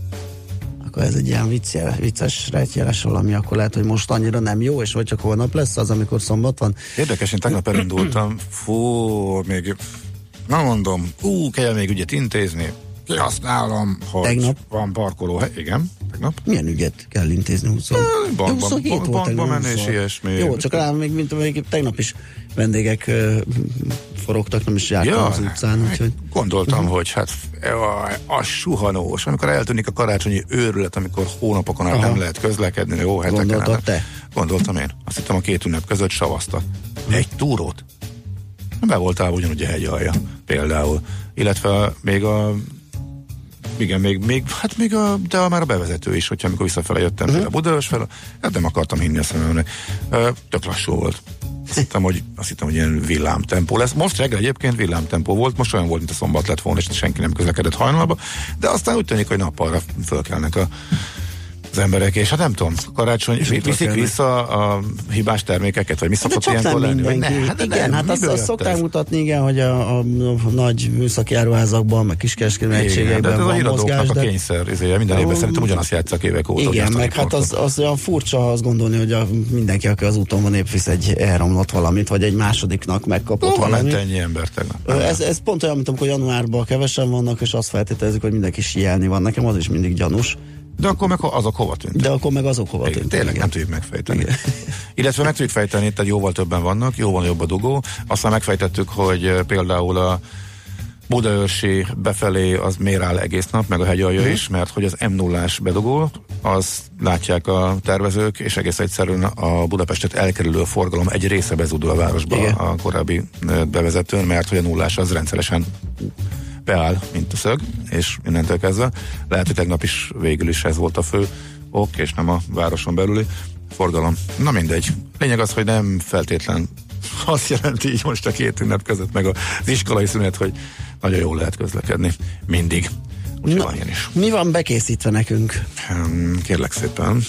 Akkor ez egy ilyen vicce, vicces rejtjeles valami, akkor lehet, hogy most annyira nem jó, és vagy csak holnap lesz az, amikor szombat van. Érdekes, én tegnap elindultam, fú, még na mondom, ú, kell még ügyet intézni, kihasználom, hogy tegnap? Van parkolóhely, igen, tegnap. Milyen ügyet kell intézni? huszonhét Bankban bank, bank, bank menni és ilyesmi. Jó, csak rá még, mint amelyik tegnap is vendégek uh, forogtak, nem is jártam ja, az utcán. Úgyhogy... Gondoltam, uh-huh. hogy hát a, a suhanós, amikor eltűnik a karácsonyi őrület, amikor hónapokon át nem lehet közlekedni, jó heteken. Gondoltad te? Gondoltam én. Azt hittem a két ünnep között savaztak. Egy túrót. Be voltál ugyanúgy a hegy alja, például. Illetve még a igen, még, még, hát még a, de már a bevezető is, hogyha amikor visszafele jöttem uh-huh. a Budaörs fel, hát nem akartam hinni a szememnek. Tök lassú volt. Azt hittem, hogy, azt hittem, hogy ilyen villámtempó lesz. Most reggel egyébként villámtempó volt, most olyan volt, mint a szombat lett volna, és senki nem közlekedett hajnalba, de aztán úgy tűnik, hogy nappalra fölkelnek a, az az emberek, és hát nem tudom, karácsony viszik vissza a hibás termékeket, vagy mi szokott ilyenkor lenni? Vagy ne, hát igen, hát azt, azt szokták mutatni, igen, hogy a, a, a nagy műszaki áruházakban, meg kiskereskedelmi egységekben van mozgás. De a kényszer, ezért minden évben szerintem ugyanazt játsszak évek óta. Igen, meg hát az, az olyan furcsa azt gondolni, hogy a, mindenki, aki az úton van, épp visz egy elromlott valamit, vagy egy másodiknak megkapott Hova valamit. ment ennyi ember tegnap? Ez, ez pont olyan, mint amikor januárban kevesen vannak, és azt feltételezik, hogy mindenki sielni van. Nekem az is mindig gyanús. De akkor meg azok hova tűntek? De akkor meg azok hova tűntek. Tényleg igen. Nem tudjuk megfejteni. Igen. Illetve meg tudjuk fejteni, tehát jóval többen vannak, jóval jobb a dugó. Aztán megfejtettük, hogy például a Budaörsi befelé az miért áll egész nap, meg a hegyalja hmm. is, mert hogy az em nullás bedugó, az látják a tervezők, és egész egyszerűen a Budapestet elkerülő forgalom egy része bezúdul a városba. Igen. A korábbi bevezetőn, mert hogy a nullás az rendszeresen beáll, mint a szög, és innentől kezdve lehet, hogy tegnap is végül is ez volt a fő ok, és nem a városon belüli forgalom. Na mindegy. Lényeg az, hogy nem feltétlen azt jelenti így most a két ünnep között, meg az iskolai szünet, hogy nagyon jól lehet közlekedni. Mindig. Úgyhogy van ilyen is. Mi van bekészítve nekünk? Kérlek szépen.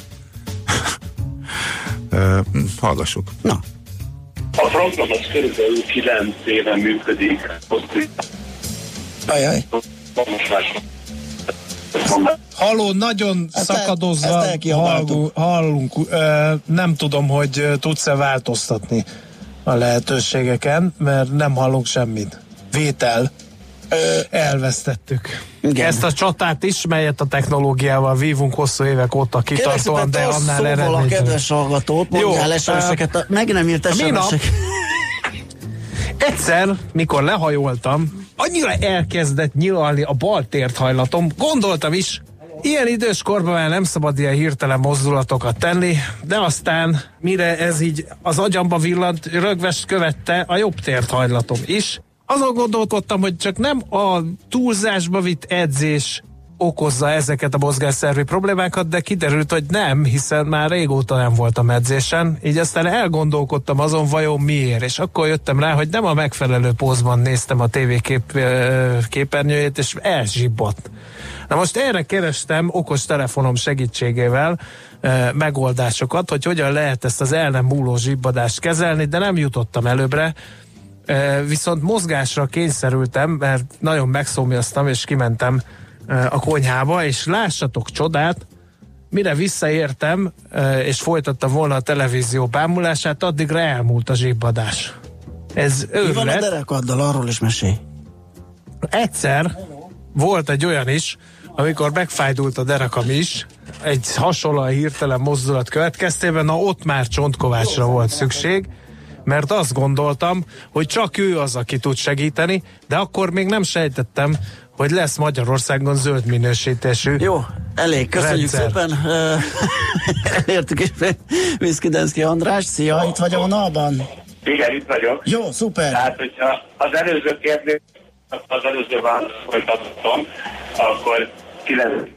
Hallgassuk. Na. A program az körülbelül kilenc éve működik. Ajaj. Halló, nagyon ezt szakadozva el, hallunk, hallunk ö, nem tudom, hogy tudsz-e változtatni a lehetőségeken, mert nem hallunk semmit. Vétel. Ö, elvesztettük. Igen. Ezt a csatát is, melyet a technológiával vívunk hosszú évek óta kitartóan, de annál eredményesen. Szóval a kedves hallgatót, mondjál es em es-eket, meg nem írt es em es-eket. Egyszer, mikor lehajoltam, annyira elkezdett nyilalni a bal térthajlatom, gondoltam is, ilyen idős korban már nem szabad ilyen hirtelen mozdulatokat tenni, de aztán, mire ez így az agyamba villant, rögvest követte a jobb térthajlatom is. Azon gondolkodtam, hogy csak nem a túlzásba vitt edzés okozza ezeket a mozgásszervi problémákat, de kiderült, hogy nem, hiszen már régóta nem voltam edzésen, így aztán elgondolkodtam azon, vajon miért, és akkor jöttem rá, hogy nem a megfelelő pózban néztem a tévékép képernyőjét, és elzsibbott. Na most erre kerestem okos telefonom segítségével e, megoldásokat, hogy hogyan lehet ezt az el nem múló zsibbadást kezelni, de nem jutottam előbbre, e, viszont mozgásra kényszerültem, mert nagyon megszomjaztam, és kimentem a konyhába, és lássatok csodát, mire visszaértem, és folytattam volna a televízió bámulását, addigra elmúlt a zsibbadás. Ez őrület. Mi van a derekaddal, arról is mesélj. Egyszer volt egy olyan is, amikor megfájdult a derekam is, egy hasonló hirtelen mozdulat következtében, na ott már csontkovácsra volt szükség, mert azt gondoltam, hogy csak ő az, aki tud segíteni, de akkor még nem sejtettem, hogy lesz Magyarországon zöld minősítésű. Jó, elég, köszönjük rendszer. Szépen. Elértük is Viszkidenszki András. Szia, itt vagy a vonalban? Igen, itt vagyok. Jó, szuper. Tehát, hogyha az előző kérdés, az előző választ folytatom, akkor kilenc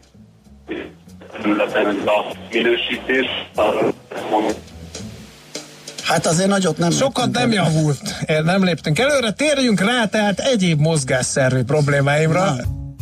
a minősítés, arra mondom. Hát azért nagyot nem... Sokat nem javult. Nem léptünk előre. Térjünk rá tehát egyéb mozgásszervi problémáimra.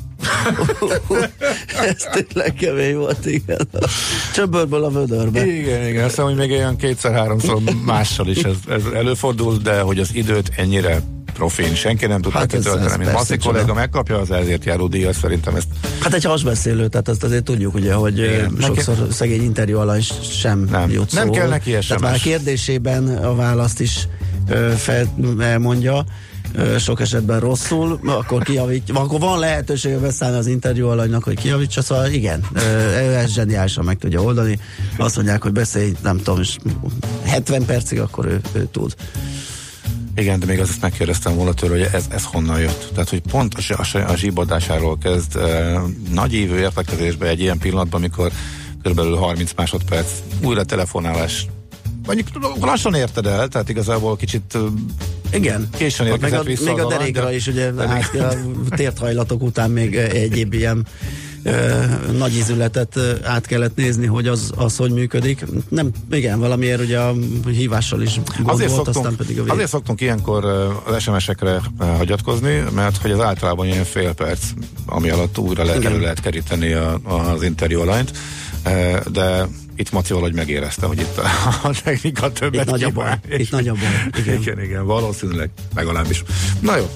Ez tényleg kemény volt, igen. Csöbörből a vödörbe. Igen, igen. Azt mondom, hogy még olyan kétszer-háromszor mással is ez, ez előfordul, de hogy az időt ennyire profin senki nem tudta hát kitölteni, mint Maszi kolléga megkapja az ezért járó díjat, szerintem ezt... Hát egy hasbeszélő, tehát azt azért tudjuk, ugye, hogy igen, sokszor neki... szegény interjú alany sem nem, jut nem szó. kell neki es em es. Tehát már a kérdésében a választ is ö, fel, elmondja, ö, sok esetben rosszul, akkor kijavítja, akkor van lehetősége beszállni az interjú alanynak, hogy kijavítsa, szóval igen, ö, ő ezt zseniálisan meg tudja oldani. Azt mondják, hogy beszélj, nem tudom, hetven percig, akkor ő, ő tud. Igen, de még azt megkérdeztem volna tőle, hogy ez, ez honnan jött. Tehát, hogy pont a, a, a zsibbadásáról kezd e, nagy évő értekezésbe egy ilyen pillanatban, amikor körülbelül harminc másodperc újra telefonálás. Mondjuk lassan érted el, tehát igazából kicsit igen. későn érkezett vissza. Még a derékra de... is, ugye át, a térthajlatok után még egyéb ilyen ö, nagy ízületet át kellett nézni, hogy az, az hogy működik. Nem, igen, valamiért ugye a hívással is gond azért volt, szoktunk, aztán pedig a vég. Azért szoktunk ilyenkor az es em es-ekre hagyatkozni, mert hogy az általában ilyen fél perc, ami alatt újra le, elő lehet keríteni a, az interjú alanyt. de itt Maci valahogy megérezte, hogy itt a, a technika többet itt nagy a baj. Itt nagy a baj. Igen. igen, igen, valószínűleg legalábbis. Na jó.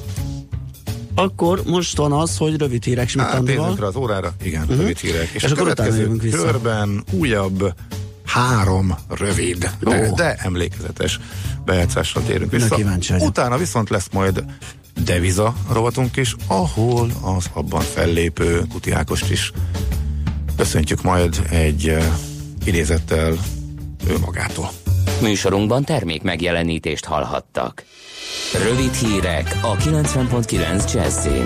Akkor most van az, hogy rövid hírek Schmidt-Andrival. Hát, az órára, igen, uh-huh. rövid hírek. És, és a akkor következő körben újabb három rövid, de, oh. de emlékezetes bejátszásra térünk vissza. Utána viszont lesz majd deviza rovatunk is, ahol az abban fellépő Kuti Ákost is köszöntjük majd egy uh, idézettel ő magától. Műsorunkban termék megjelenítést hallhattak. Rövid hírek a kilencven pont kilenc Jazzin.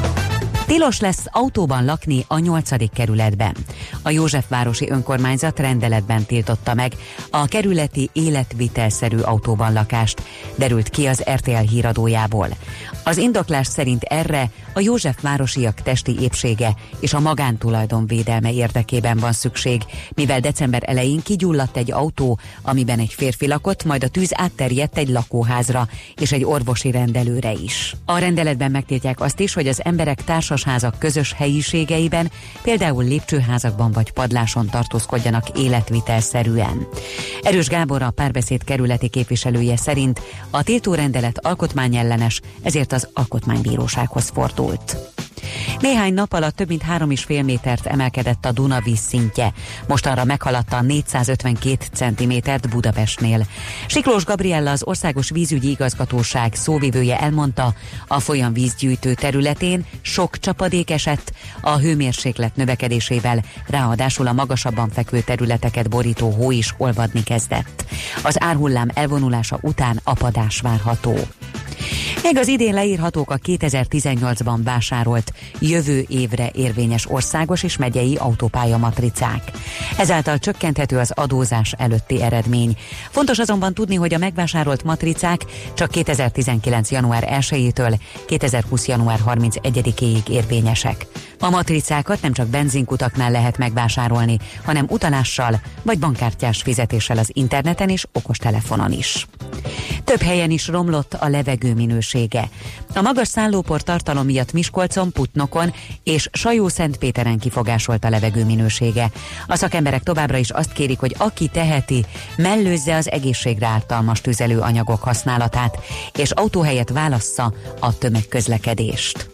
Tilos lesz autóban lakni a nyolcadik kerületben. A Józsefvárosi önkormányzat rendeletben tiltotta meg a kerületi életvitelszerű autóban lakást, derült ki az er té el híradójából. Az indoklás szerint erre a józsefvárosiak testi épsége és a magántulajdon védelme érdekében van szükség, mivel december elején kigyulladt egy autó, amiben egy férfi lakott, majd a tűz átterjedt egy lakóházra és egy orvosi rendelőre is. A rendeletben megtiltják azt is, hogy az emberek társasházak közös helyiségeiben, például lépcsőházakban vagy padláson tartózkodjanak életvitelszerűen. Erős Gábor, a Párbeszéd kerületi képviselője szerint a tiltórendelet alkotmányellenes, ezért az Alkotmánybírósághoz fordult. Néhány nap alatt több mint három és fél métert emelkedett a Duna víz szintje. Mostanra meghaladta a négyszázötvenkét centimétert Budapestnél. Siklós Gabriella, az Országos Vízügyi Igazgatóság szóvivője elmondta, a folyam vízgyűjtő területén sok csapadék esett, a hőmérséklet növekedésével, ráadásul a magasabban fekvő területeket borító hó is olvadni kezdett. Az árhullám elvonulása után apadás várható. Még az idén leírhatók a kétezer-tizennyolcban vásárolt, jövő évre érvényes országos és megyei autópálya matricák. Ezáltal csökkenthető az adózás előtti eredmény. Fontos azonban tudni, hogy a megvásárolt matricák csak kétezer-tizenkilenc január elsejétől kétezer-húsz január harmincegyedikéig érvényesek. A matricákat nem csak benzinkutaknál lehet megvásárolni, hanem utalással vagy bankkártyás fizetéssel az interneten és okostelefonon is. Több helyen is romlott a levegő minősége. A magas szállópor tartalom miatt Miskolcon, Putnokon és Sajó-Szentpéteren kifogásolt a levegő minősége. A szakemberek továbbra is azt kérik, hogy aki teheti, mellőzze az egészségre ártalmas tüzelőanyagok használatát, és autó helyett válassza a tömegközlekedést.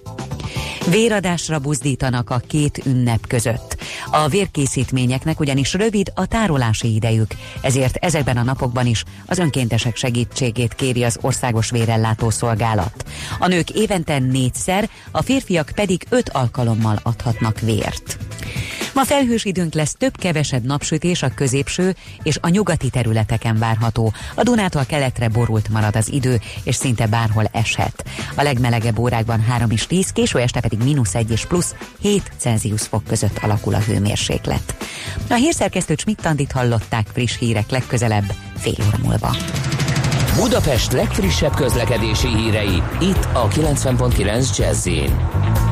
Véradásra buzdítanak a két ünnep között. A vérkészítményeknek ugyanis rövid a tárolási idejük, ezért ezekben a napokban is az önkéntesek segítségét kéri az Országos Vérellátó Szolgálat. A nők évente négyszer, a férfiak pedig öt alkalommal adhatnak vért. Ma felhős időnk lesz, több-kevesebb napsütés a középső és a nyugati területeken várható. A Dunától keletre borult marad az idő, és szinte bárhol eshet. A legmelegebb órákban három és tíz, késő este pedig mínusz egy és plusz hét Celsius fok között alakul a hőmérséklet. A hírszerkesztőt Schmidt-Andit hallották, friss hírek legközelebb fél óra múlva. Budapest legfrissebb közlekedési hírei, itt a kilencven pont kilenc Jazz-in.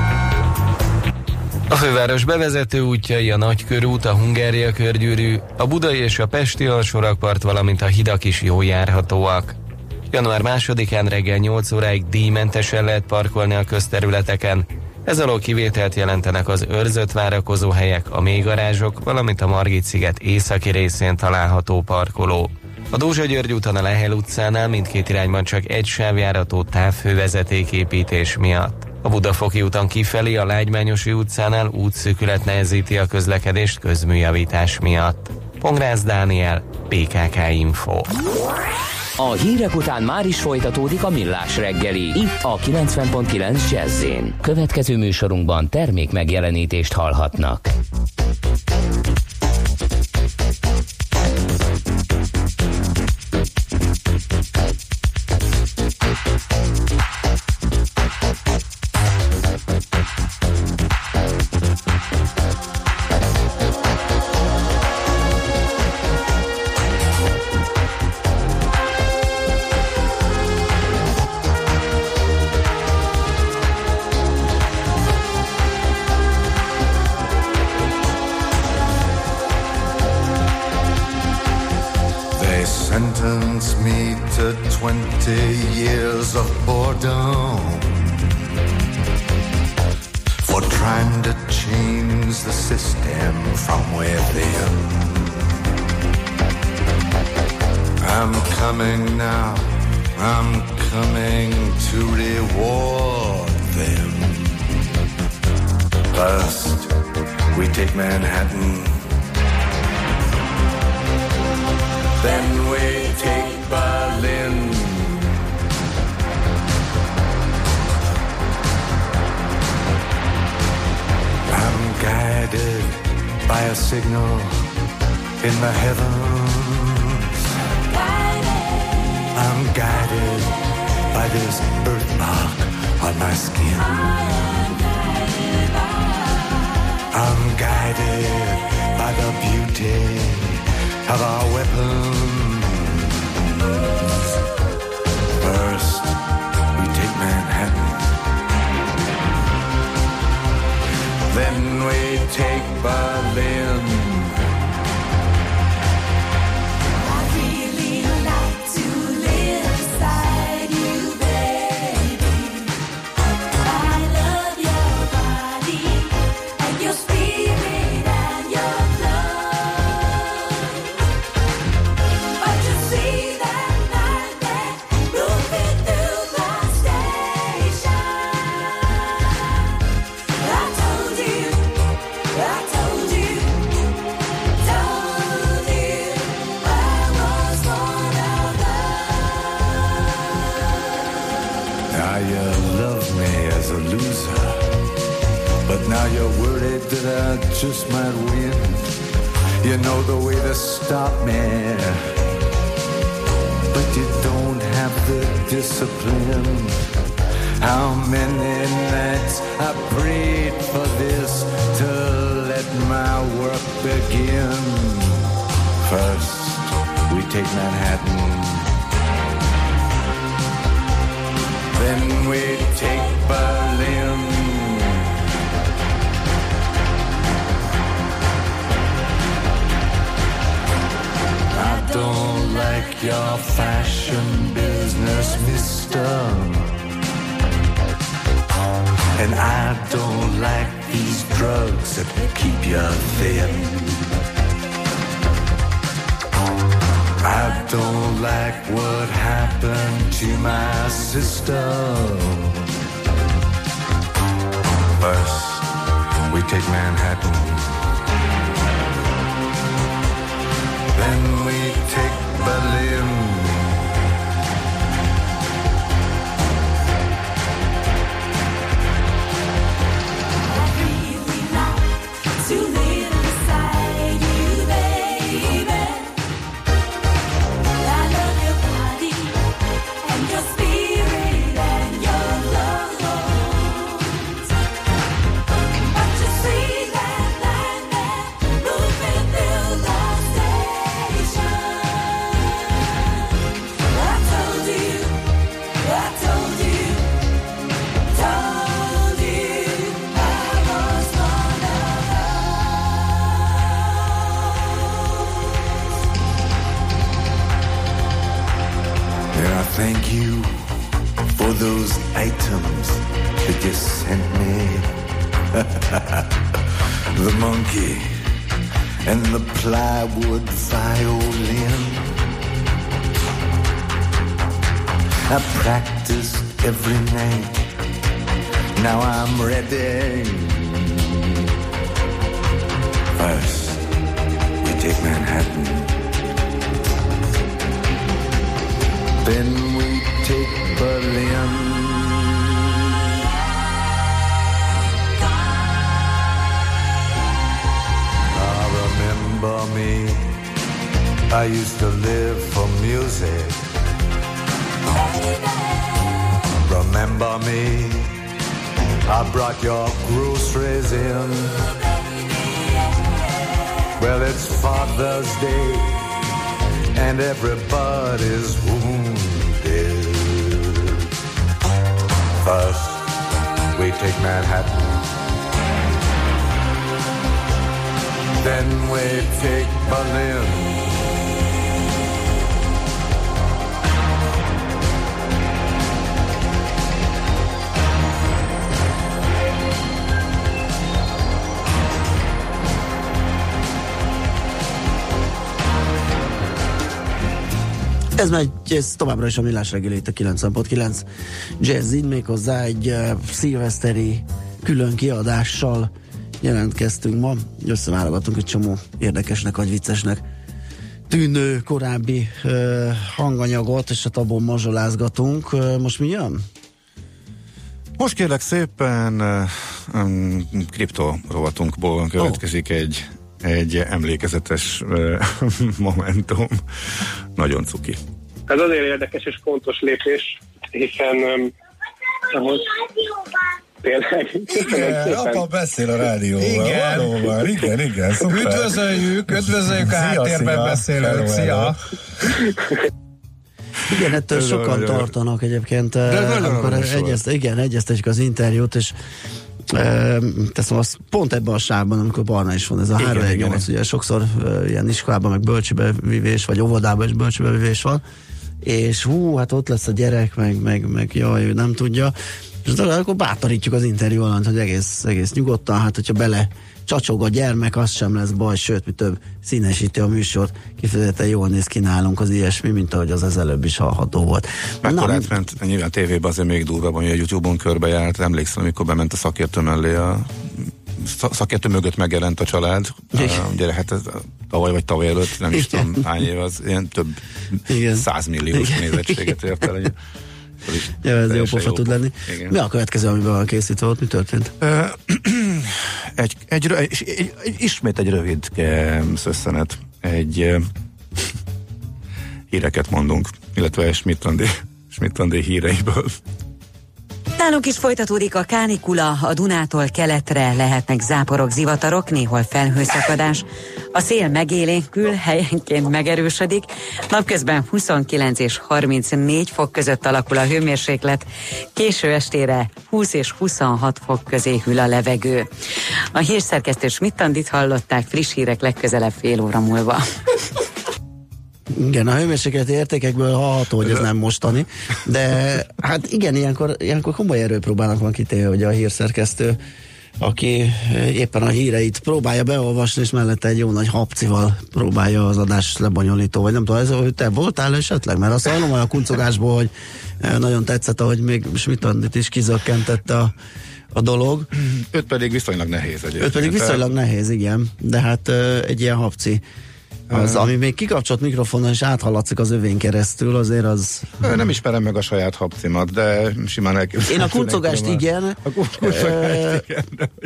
A főváros bevezető útjai, a Nagykörút, a Hungária körgyűrű, a budai és a pesti alsórakpart, valamint a hidak is jól járhatóak. január másodikán reggel nyolc óráig díjmentesen lehet parkolni a közterületeken. Ez alól kivételt jelentenek az őrzött várakozóhelyek, a mélygarázsok, valamint a Margit-sziget északi részén található parkoló. A Dózsa-György úton, a Lehel utcánál mindkét irányban csak egy sávjárató távhővezetéképítés miatt. A Budafoki úton kifelé, a Lágymányosi utcánál útszűkület nehezíti a közlekedést közműjavítás miatt. Pongrász Dániel, bé ká ká Info. A hírek után már is folytatódik a Millás reggeli, itt a kilencven pont kilenc Jazz-én. Következő műsorunkban termék megjelenítést hallhatnak. Sentence me to twenty years of boredom for trying trying to change the system from within. I'm coming now, I'm coming to reward them. First, we take Manhattan, then we take Berlin. I'm guided by a signal in the heavens. I'm guided by this birthmark on my skin. I'm guided by the beauty of our weapons. First, we take Manhattan, then we take Berlin. I really like to live beside you, baby. I love your body and your spirit and your love. But you see that night there moving through the station, I told you, I told you, told you I was one of them. Now you love me as a loser, but now you're worried that I just might win. You know the way to stop me, but you don't have the discipline. How many nights I prayed for this to let my work begin. First, we take Manhattan, then we take Berlin. I don't like your fashion business, mister. And I don't like these drugs that keep you thin. I don't like what happened to my sister. First, we take Manhattan, then we take Berlin. To live beside you, baby. I love your body and your spirit and your lungs. But you see that line there moving through the station. I told you, I told you, told you I was one of And I thank you for those items that you sent me. The monkey and the plywood violin. I practiced every night. Now I'm ready. First, we take Manhattan, then we take Berlin. Ah, remember me, I used to live for music. Remember me, I brought your groceries in. Well, it's Father's Day and everybody's wounded. First, we take Manhattan, then we take Berlin. Ez megy, ez továbbra is a Millás reggeli itt a kilencven pont kilenc Jazzin, méghozzá egy uh, szilveszteri külön kiadással jelentkeztünk ma. Összeválogatunk egy csomó érdekesnek vagy viccesnek tűnő korábbi uh, hanganyagot, és a abból mazsolázgatunk. Uh, most mi jön? Most kérlek szépen um, kriptorovatunkból következik oh. egy, egy emlékezetes uh, momentum. Nagyon cuki. Ez azért érdekes és fontos lépés, hiszen um, ahhoz tényleg. Igen, apa beszél a rádióval. Igen, valóban, igen, igen. Szuper. Üdvözöljük, üdvözöljük a háttérben beszélőt. Szia! Igen, ettől ez sokan nagyon tartanak egyébként, amikor egyezt, igen, egyeztetjük az interjút, és e, teszem azt pont ebben a sávban, amikor Barna is van, ez a három egy nyolc, ugye sokszor e, ilyen iskolában, meg bölcsibevivés, vagy óvodában is bölcsibevivés van, és hú, hát ott lesz a gyerek, meg, meg, meg jaj, ő nem tudja, és akkor bátorítjuk az interjú alatt, hogy egész, egész nyugodtan, hát hogyha bele csacsog a gyermek, az sem lesz baj, sőt, mi több színesíti a műsort, kifejezetten jól néz ki nálunk az ilyesmi, mint ahogy az az előbb is hallható volt. Mekkor átment, nyilván tévében azért még durvább, hogy a YouTube-on körbejárt, emlékszem, amikor bement a szakértő mellé, a szakértő mögött megjelent a család, a gyere, hát ez tavaly vagy tavaly előtt, nem is tudom hány év, az ilyen több százmilliós nézettséget ért el. Ja, ez jó pofa tud lenni. Igen. Mi a következő, amiben van készítve volt? Mi történt? egy, egy, egy, egy, egy, ismét egy rövid szösszenet. Egy híreket mondunk, illetve Schmidt-Andi Schmidt-Andi híreiből. Nálunk is folytatódik a kánikula, a Dunától keletre lehetnek záporok, zivatarok, néhol felhőszakadás. A szél megélénkül, helyenként megerősödik, napközben huszonkilenc és harmincnégy fok között alakul a hőmérséklet, késő estére húsz és huszonhat fok közé hűl a levegő. A hírszerkesztő Schmidt-Andit hallották, friss hírek legközelebb fél óra múlva. Igen, a hőmérsékleti értékekből hallható, hogy ez nem mostani, de hát igen, ilyenkor, ilyenkor komoly erőpróbának van kitéve, hogy a hírszerkesztő, aki éppen a híreit próbálja beolvasni, és mellette egy jó nagy hapcival próbálja az adás lebonyolító, vagy nem tudom, ez, hogy te voltál esetleg, mert azt hallom olyan kuncogásból, hogy nagyon tetszett, ahogy még Schmidt-Andit is kizökkentette a, a dolog. Őt pedig viszonylag nehéz egyébként. Őt pedig viszonylag nehéz, igen, de hát egy ilyen hapci az, ami még kikapcsolt mikrofonon és áthallatszik az övén keresztül, azért az... Nem ismerem meg a saját hapcimat, de simán elképzelhető. Én a kuncogást igen. A kuncogást igen.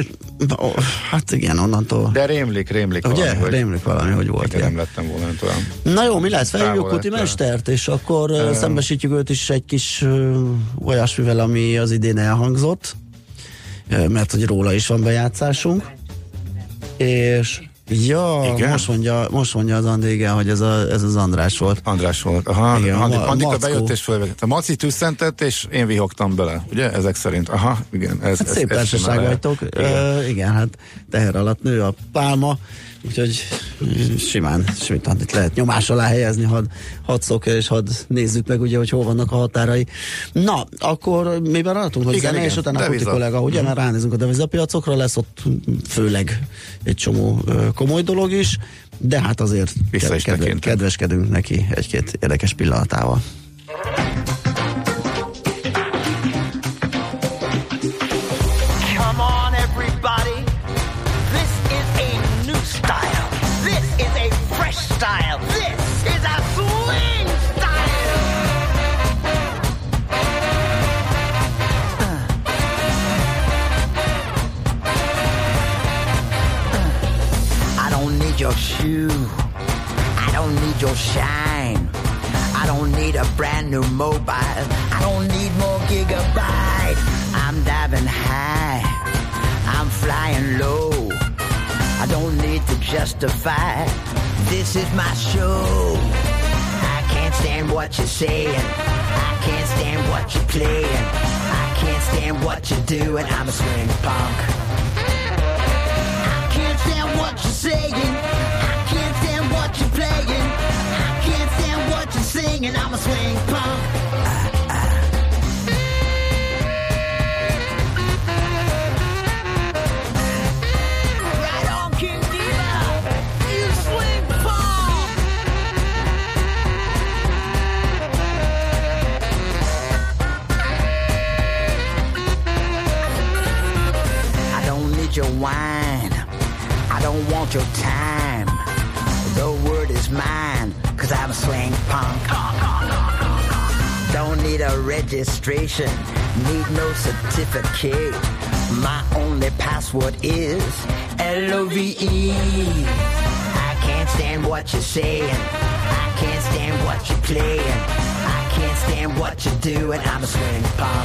Hát igen, onnantól... De rémlik, rémlik ugye? valami. Hogy... Rémlik valami, hogy volt. Igen, nem lettem volna, nem tudom. Na jó, mi lesz? Felhívjuk Kuti Mestert, és akkor uh, szembesítjük őt is egy kis uh, olyasmivel, ami az idén elhangzott, uh, mert hogy róla is van bejátszásunk. És... Ja, igen? most mondja, most mondja az Andi, igen, hogy ez, a, ez az András volt. András volt. Aha, igen, Andi, ma, Andika bejött és fölvetett. A Maci tüsszentett, és én vihogtam bele, ugye? Ezek szerint. Aha, igen. Ez, hát ez, szép társaság vagytok. Igen. Uh, igen, hát teher alatt nő a pálma, úgyhogy simán, simán itt lehet nyomás alá helyezni, hadd had szokja, és hadd nézzük meg, ugye, hogy hol vannak a határai. Na, akkor miben adhatunk, hogy zene, és utána a Kuti kollega, ugye, mm. mert ránézünk a devizapiacokra, lesz ott főleg egy csomó komoly dolog is, de hát azért kedve, kedveskedünk neki egy-két érdekes pillanatával. Style. This is a swing style. Uh. Uh. I don't need your shoe. I don't need your shine. I don't need a brand new mobile. I don't need more gigabyte. I'm diving high. I'm flying low. I don't need to justify. This is my show. I can't stand what you're saying. I can't stand what you're playing. I can't stand what you're doing. I'm a swing punk. I can't stand what you're saying. I can't stand what you're playing. I can't stand what you're singing. I'm a swing punk. Uh, uh. Right on, King Diva. You swing punk. want your wine, I don't want your time. The word is mine, cause I'm a swing punk. Don't need a registration, need no certificate. My only password is L O V E. I can't stand what you're saying, I can't stand what you're playing, I can't stand what you're doing, I'm a swing punk.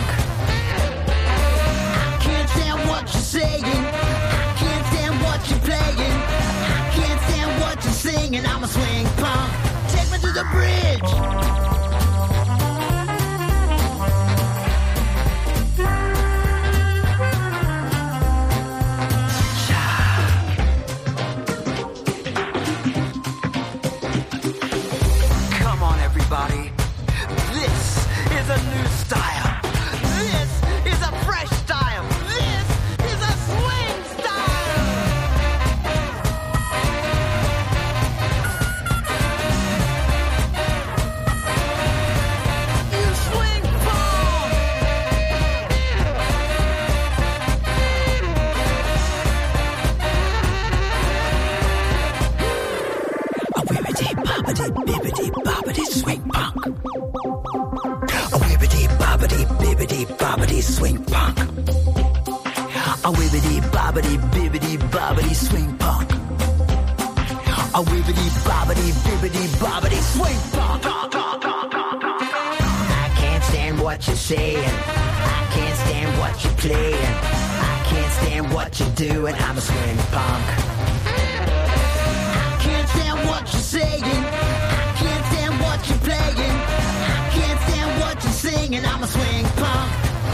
I can't stand what you're saying, I can't stand what you're playing, I can't stand what you're singing, I'm a swing punk. Take me to the bridge. Swing punk. A wibbity bobbity bibbity bobbity swing punk. A wibbity bobbity bibbity bobbity swing punk. I can't stand what you're saying, I can't stand what you're playing, I can't stand what you're doing, I'm a swing punk. I can't stand what you're saying, I can't stand what you're playing, I can't stand what you're singing, I'm a swing punk.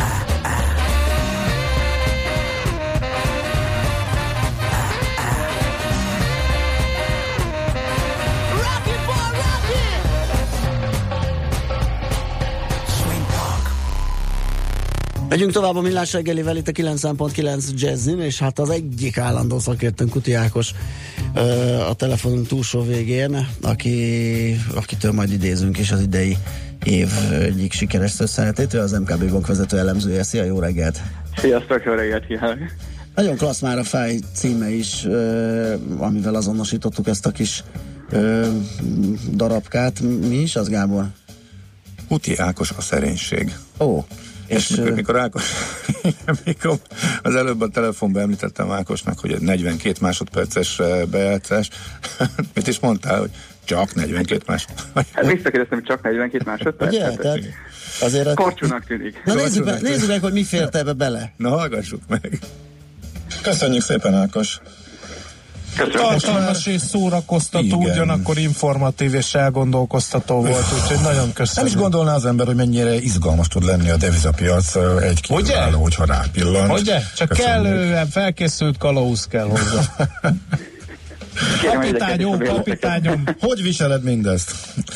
Megyünk tovább a Millás reggelivel itt a kilencven pont kilenc Jazzin, és hát az egyik állandó szakértőnk Kuti Ákos a telefonunk túlsó végén, aki, akitől majd idézünk is az idei év egyik sikeres szösszenetét, ő az em ká bé Bank vezető elemzője. Szia, jó reggelt! Sziasztok, jó reggelt kívánok! Nagyon klassz már a fáj címe is, amivel azonosítottuk ezt a kis darabkát. Mi is az, Gábor? Kuti Ákos a szerénység. Ó. És, és mikor, mikor Ákos, mikor az előbb a telefonban említettem Ákosnak, hogy egy negyvenkét másodperces bejátszás, mit is mondtál, hogy csak negyvenkét másodperc? Hát visszakérdeztem, hogy csak negyvenkét másodperc? Ugye? Tehát azért a... Korcsúnak tűnik. Na nézzük meg, nézzük meg, hogy mi fért ebbe bele. Na hallgassuk meg. Köszönjük szépen, Ákos. Tartalmas és szórakoztató, ugyanakkor informatív és elgondolkoztató volt, úgyhogy nagyon köszönöm. Nem is gondolná az ember, hogy mennyire izgalmas tud lenni a devizapiac egy kívülálló, hogyha rápillant. Ugye? Csak kellően felkészült kalauz kell hozzá. Kapitányom, kapitányom. Hogy viseled mindezt?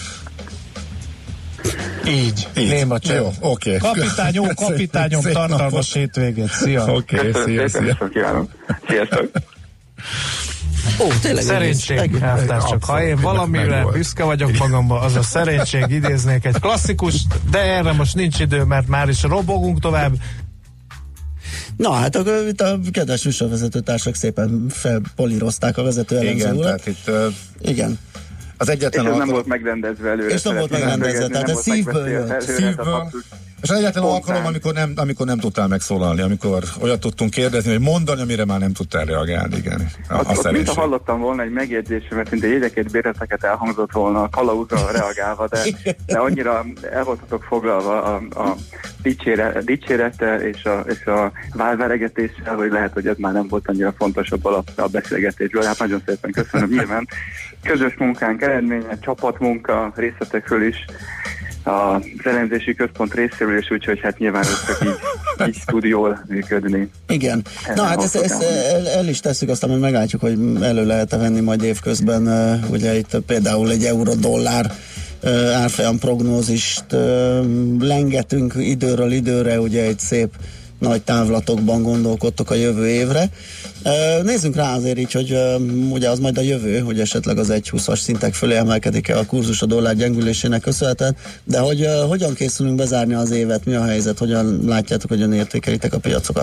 Így, Így. néma cső. Jó, oké. Okay. Kapitányom, kapitányom, tartalmas hétvégét. Szia. Oké, okay, szia, szia. Sziasztok. Ó, tényleg. Szerénység, elvtárs, ha én valamire büszke vagyok magamba, az a szerénység. Idéznék egy klasszikus, de erre most nincs idő, mert már is robogunk tovább. Na hát akkor itt a kedves műsorvezető társak szépen felpolírozták a vezető elemző urat. Itt, uh, igen. Az egyetlen és ez nem volt megrendezve előre. És nem volt megrendezve, tehát ez szívből jött. Szívből. És az egyetlen alkalom, amikor nem, amikor nem tudtál megszólalni, amikor olyat tudtunk kérdezni, hogy mondani, amire már nem tudtál reagálni, igen. A, ott, a ott mint hallottam volna egy megjegyzésemet, mint egy jegyeket, béreteket elhangzott volna a kalauzra reagálva, de, de annyira el voltatok foglalva a, a dicsére, dicsérettel és a, és a válveregetéssel, hogy lehet, hogy ez már nem volt annyira fontosabb a, a beszélgetésről. Hát nagyon szépen köszönöm. Nyilván közös munkánk eredménye, csapatmunka, részletekről is, az elemzési központ részéről, és úgyhogy hát nyilván ez csak így, így tud jól működni. Igen. Na hát ezt, ezt el, el is tesszük, aztán meg meglátjuk, hogy elő lehet-e venni majd évközben, uh, ugye itt például egy euró-dollár uh, árfolyam prognózist uh, lengetünk időről időre, ugye egy szép nagy távlatokban gondolkodtok a jövő évre. Nézzünk rá azért így, hogy ugye az majd a jövő, hogy esetleg az egy húszas szintek fölé emelkedik-e a kurzus a dollár gyengülésének köszönhetően, de hogy hogyan készülünk bezárni az évet, mi a helyzet, hogyan látjátok, hogyan értékelitek a piacokat?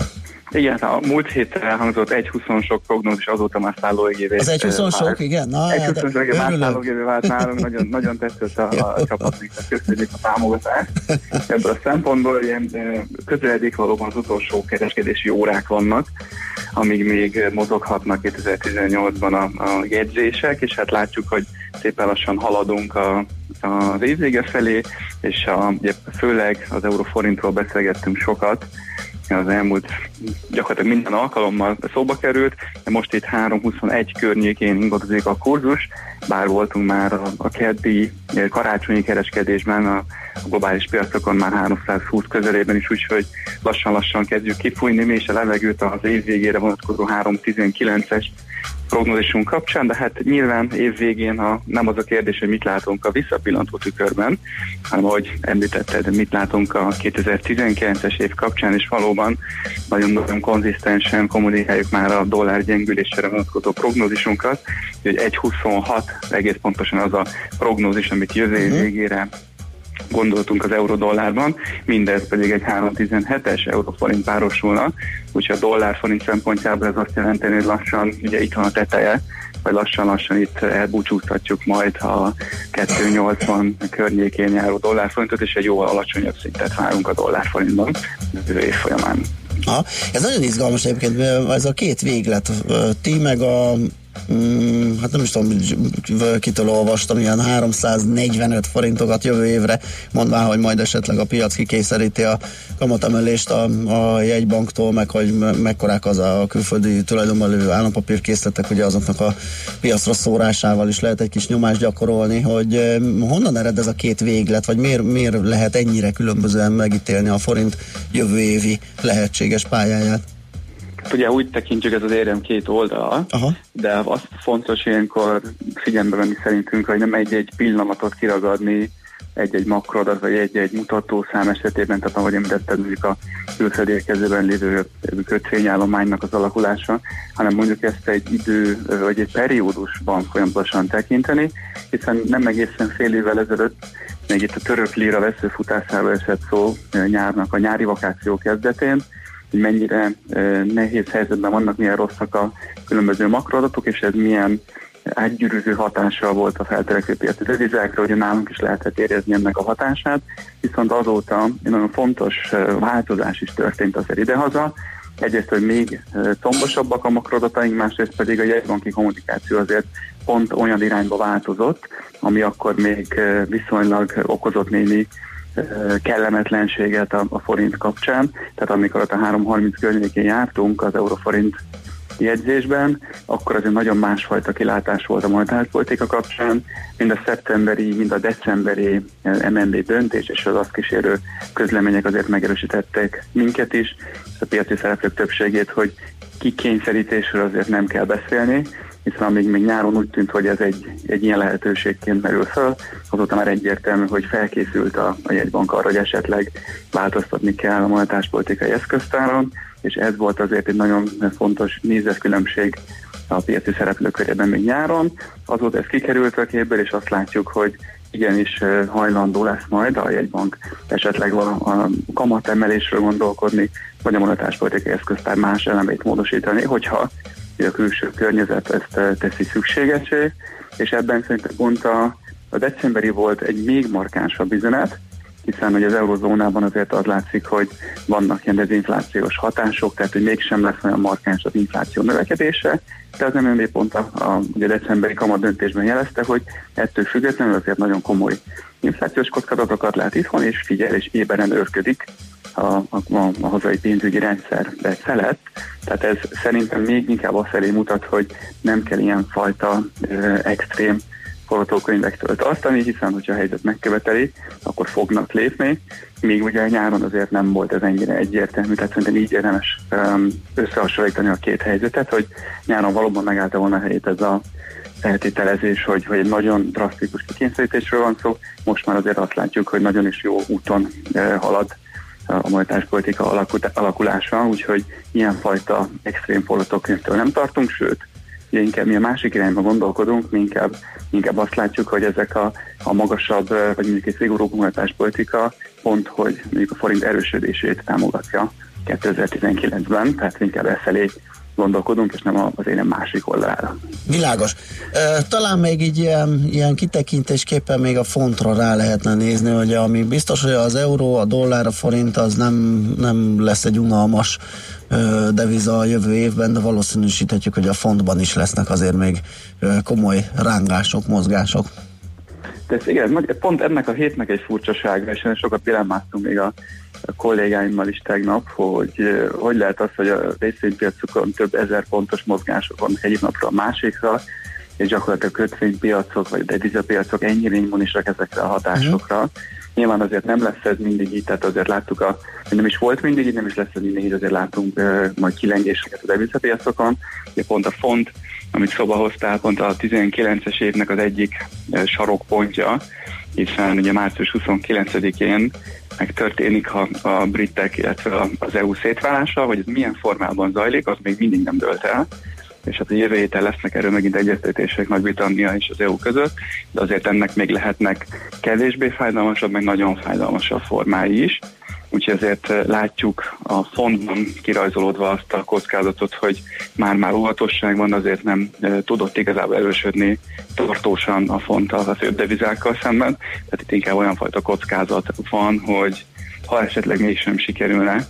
Igen, a múlt héten elhangzott egy húszon sok prognózis, azóta már szállóigévé. Az egy húszon sok, igen? Na, egy húszon sok, igen, már szállóigévé vált nálunk, nagyon, nagyon tetszett a, a csapatnak, köszönjük a támogatást. Ebből a szempontból ilyen közeledik valóban az utolsó kereskedési órák vannak, amíg még mozoghatnak kétezer-tizennyolcban a, a jegyzések, és hát látjuk, hogy szépen lassan haladunk a, az évvége felé, és a, ugye, főleg az euróforintról beszélgettünk sokat, az elmúlt gyakorlatilag minden alkalommal szóba került, de most itt három huszonegy környékén ingadozik a kurzus, bár voltunk már a, a keddi karácsonyi kereskedésben, a, a globális piacokon már háromszázhúsz közelében is, úgyhogy lassan-lassan kezdjük kifújni mi is a levegőt az év végére vonatkozó három tizenkilences prognózisunk kapcsán, de hát nyilván év végén a, nem az a kérdés, hogy mit látunk a visszapillantó tükörben, hanem ahogy említetted, mit látunk a kétezer-tizenkilences év kapcsán, és valóban nagyon-nagyon konzisztensen kommunikáljuk már a dollár gyengülésére vonatkozó prognózisunkat, hogy egy huszonhat egész pontosan az a prognózis, amit jövő év végére gondoltunk az euró-dollárban, mindez pedig egy három tizenhetes euróforint párosulna, úgyhogy a dollár-forint szempontjából ez azt jelenti, hogy lassan, ugye itt van a teteje, vagy lassan-lassan itt elbúcsúztatjuk majd a kettő nyolcvan környékén járó dollárforintot, és egy jóval alacsonyabb szintet várunk a dollárforintban jövő év folyamán. Ha, ez nagyon izgalmas egyébként, ez a két véglet, ti meg a Hmm, hát nem is tudom, kitől olvastam, ilyen háromszáznegyvenöt forintokat jövő évre, mondván, hogy majd esetleg a piac kikényszeríti a kamatemelést a, a jegybanktól, meg hogy me- mekkorák az a külföldi tulajdonban lévő állampapírkészletek, ugye azoknak a piacra szórásával is lehet egy kis nyomást gyakorolni, hogy eh, honnan ered ez a két véglet, vagy miért, miért lehet ennyire különbözően megítélni a forint jövő évi lehetséges pályáját? Ugye úgy tekintjük, ez az érem két oldala, Aha. de az fontos ilyenkor figyelembe venni szerintünk, hogy nem egy-egy pillanatot kiragadni egy-egy makrodat, vagy egy-egy mutatószám esetében, tehát ahogy említetted, mondjuk a külföldi érkezőben lévő kötvényállománynak az alakulása, hanem mondjuk ezt egy idő, vagy egy periódusban folyamatosan tekinteni, hiszen nem egészen fél évvel ezelőtt még itt a török lira veszőfutásáról esett szó nyárnak, a nyári vakáció kezdetén, hogy mennyire e, nehéz helyzetben vannak, milyen rosszak a különböző makroadatok, és ez milyen átgyűrűző hatással volt a feltörekvő piaci devizákra, hogy nálunk is lehetett érezni ennek a hatását, viszont azóta egy nagyon fontos változás is történt azért idehaza. Egyrészt, hogy még tombosabbak a makroadataink, másrészt pedig a jegybanki kommunikáció azért pont olyan irányba változott, ami akkor még viszonylag okozott némi kellemetlenséget a, a forint kapcsán, tehát amikor ott a három harminc környékén jártunk az euróforint jegyzésben, akkor azért nagyon másfajta kilátás volt a monetárpolitika kapcsán, mind a szeptemberi, mind a decemberi em en bé döntés és az azt kísérő közlemények azért megerősítettek minket is, a piaci szereplők többségét, hogy kikényszerítésről azért nem kell beszélni, hiszen amíg még nyáron úgy tűnt, hogy ez egy, egy ilyen lehetőségként merül föl, azóta már egyértelmű, hogy felkészült a, a jegybank arra, hogy esetleg változtatni kell a monetárpolitikai eszköztáron, és ez volt azért egy nagyon fontos nézetkülönbség a piaci szereplők körében még nyáron. Azóta ez kikerült a képből, és azt látjuk, hogy igenis hajlandó lesz majd a jegybank esetleg a, a kamatemelésről gondolkodni, vagy a monetárpolitikai eszköztár más elemeit módosítani, hogyha a külső környezet ezt teszi szükségesé, és ebben szerintem pont a, a decemberi volt egy még markánsabb üzenet, hiszen hogy az eurozónában azért az látszik, hogy vannak ilyen dezinflációs hatások, tehát hogy mégsem lesz olyan markáns az infláció növekedése, de az em en bé pont a, a, ugye a decemberi kamat döntésben jelezte, hogy ettől függetlenül azért nagyon komoly inflációs kockázatokat lát itthon, és figyel és éberen őrködik a, a, a, a hazai pénzügyi rendszer felett. Tehát ez szerintem még inkább azt felé mutat, hogy nem kell ilyen fajta ö, extrém forgatókönyvektől tartani, hiszen hogyha a helyzet megköveteli, akkor fognak lépni, míg ugye nyáron azért nem volt ez ennyire egyértelmű, tehát szerintem így érdemes um, összehasonlítani a két helyzetet, hogy nyáron valóban megállta volna a helyét ez a feltételezés, hogy, hogy egy nagyon drasztikus kikényszerítésről van szó, most már azért azt látjuk, hogy nagyon is jó úton uh, halad a monetárpolitika alakulása, úgyhogy ilyenfajta extrém forgatókönyvtől nem tartunk, sőt, ugye inkább mi a másik irányba gondolkodunk, mi inkább, inkább azt látjuk, hogy ezek a, a magasabb, vagy mondjuk egy szigorú monetáspolitika pont, hogy mondjuk a forint erősödését támogatja kétezer-tizenkilencben, tehát inkább e felé gondolkodunk, és nem az én másik oldalára. Világos. Talán még így ilyen, ilyen kitekintésképpen még a fontra rá lehetne nézni, hogy ami biztos, hogy az euró, a dollár, a forint az nem, nem lesz egy unalmas deviza a jövő évben, de valószínűsíthetjük, hogy a fontban is lesznek azért még komoly rángások, mozgások. De ez, igen, pont ennek a hétnek egy furcsasága, és sokat dilemmáztunk még a a kollégáimmal is tegnap, hogy hogy lehet az, hogy a részvénypiacokon több ezer pontos mozgások van egyik napra a másikra, és gyakorlatilag a kötvénypiacok vagy devizapiacok ennyire immunisak ezekre a hatásokra. Uh-huh. Nyilván azért nem lesz ez mindig így, tehát azért láttuk, a, hogy nem is volt mindig így, nem is lesz ez mindig így, azért látunk uh, majd kilengéseket a devizapiacokon. Ugye pont a font, amit szóba hoztál, pont a tizenkilences évnek az egyik uh, sarokpontja, hiszen ugye március huszonkilencedikén megtörténik a, a britek, illetve az é u szétválása, hogy ez milyen formában zajlik, az még mindig nem dölt el, és hát a jövő héten lesznek erről megint egyeztetések Nagy-Britannia és az é u között, de azért ennek még lehetnek kevésbé fájdalmasabb, meg nagyon fájdalmasabb formái is, úgyhogy azért látjuk a fontban kirajzolódva azt a kockázatot, hogy már-már óvatosság van, azért nem tudott igazából erősödni tartósan a font a főbb devizákkal szemben, tehát itt inkább olyan fajta kockázat van, hogy ha esetleg mégsem sikerülne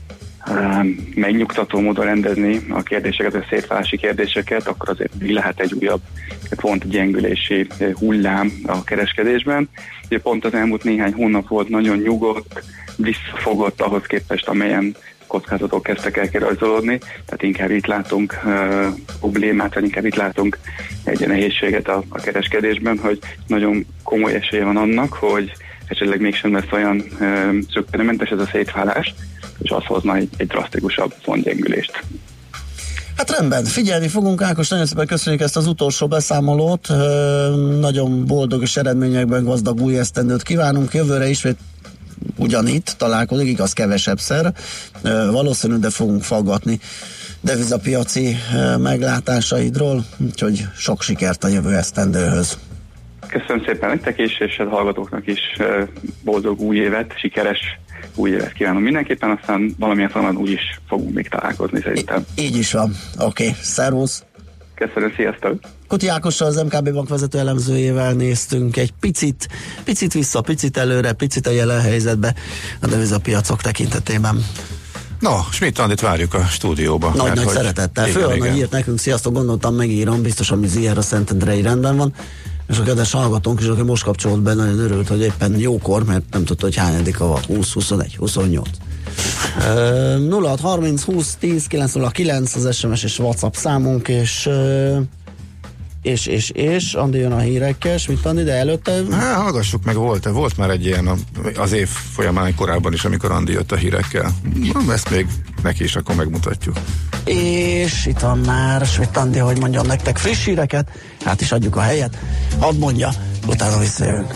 megnyugtató módon rendezni a kérdéseket, a szétválási kérdéseket, akkor azért lehet egy újabb font gyengülési hullám a kereskedésben. Ugye pont az elmúlt néhány hónap volt nagyon nyugodt, visszafogott ahhoz képest, amelyen kockázatok kezdtek el kirajzolódni, tehát inkább itt látunk uh, problémát, vagy inkább itt látunk egy nehézséget a, a kereskedésben, hogy nagyon komoly esélye van annak, hogy esetleg mégsem lesz olyan uh, szökkenőmentes ez a szétválás, és az hozna egy, egy drasztikusabb fontgyengülést. Hát rendben, figyelni fogunk. Ákos, nagyon szépen köszönjük ezt az utolsó beszámolót, nagyon boldog és eredményekben gazdag új esztendőt kívánunk, jövőre ismét ugyanitt találkozik, igaz kevesebbszer, valószínű, de fogunk faggatni devizapiaci meglátásaidról, úgyhogy sok sikert a jövő esztendőhöz. Köszönöm szépen nektek is, és a hallgatóknak is boldog új évet, sikeres új évet kívánom mindenképpen, aztán valamilyen formában úgy is fogunk még találkozni szerintem. I- így is van. Oké, okay. Szervusz! Köszönöm, sziasztok! Kuti Ákossal, az em ká bé Bank vezető elemzőjével néztünk egy picit, picit vissza, picit előre, picit a jelen helyzetbe a devizapiacok tekintetében. No, Schmidt Andit várjuk a stúdióba. Nagy-nagy nagy szeretettel. Főanna írt nekünk, sziasztok, gondoltam, megírom, biztos, ami Zierra Szentendrei rendben van. És a kedves hallgatónk is, aki most kapcsolt be, nagyon örült, hogy éppen jókor, mert nem tudta, hogy hányadik a húsz, huszonegy, huszonnyolc. Uh, nulla hat harminc húsz tíz kilenc nulla kilenc az es em es és WhatsApp számunk, és uh, és, és, és Andi jön a hírekkel, mit Andi, de előtte... Há, hallgassuk meg, volt, volt már egy ilyen az év folyamán korábban is, amikor Andi jött a hírekkel. Ezt még neki is akkor megmutatjuk. És itt van már, mit Andi, hogy mondjam nektek friss híreket, hát is adjuk a helyet. Hadd mondja, utána visszajövünk.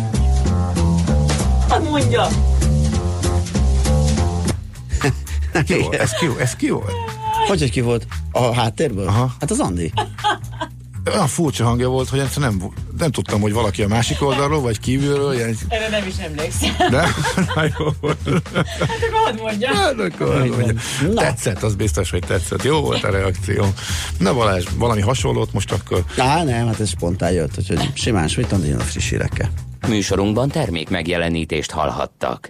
Hadd mondja! Ki volt? Ez ki, ez ki volt? Hogy, hogy ki volt? A háttérből? Aha. Hát az Andi. Olyan furcsa hangja volt, hogy nem, nem tudtam, hogy valaki a másik oldalról, vagy kívülről. Ilyen... Erre nem is emlékszem. De? Na jó volt. Hát akkor hadd mondja. Hát akkor hadd mondja. Tetszett, az biztos, hogy tetszett. Jó volt a reakció. Na Balázs, valami hasonlót most akkor... Á, nem, hát ez spontán jött, hogy simán, mit Andi jön a friss hírekkel. Műsorunkban termék megjelenítést hallhattak.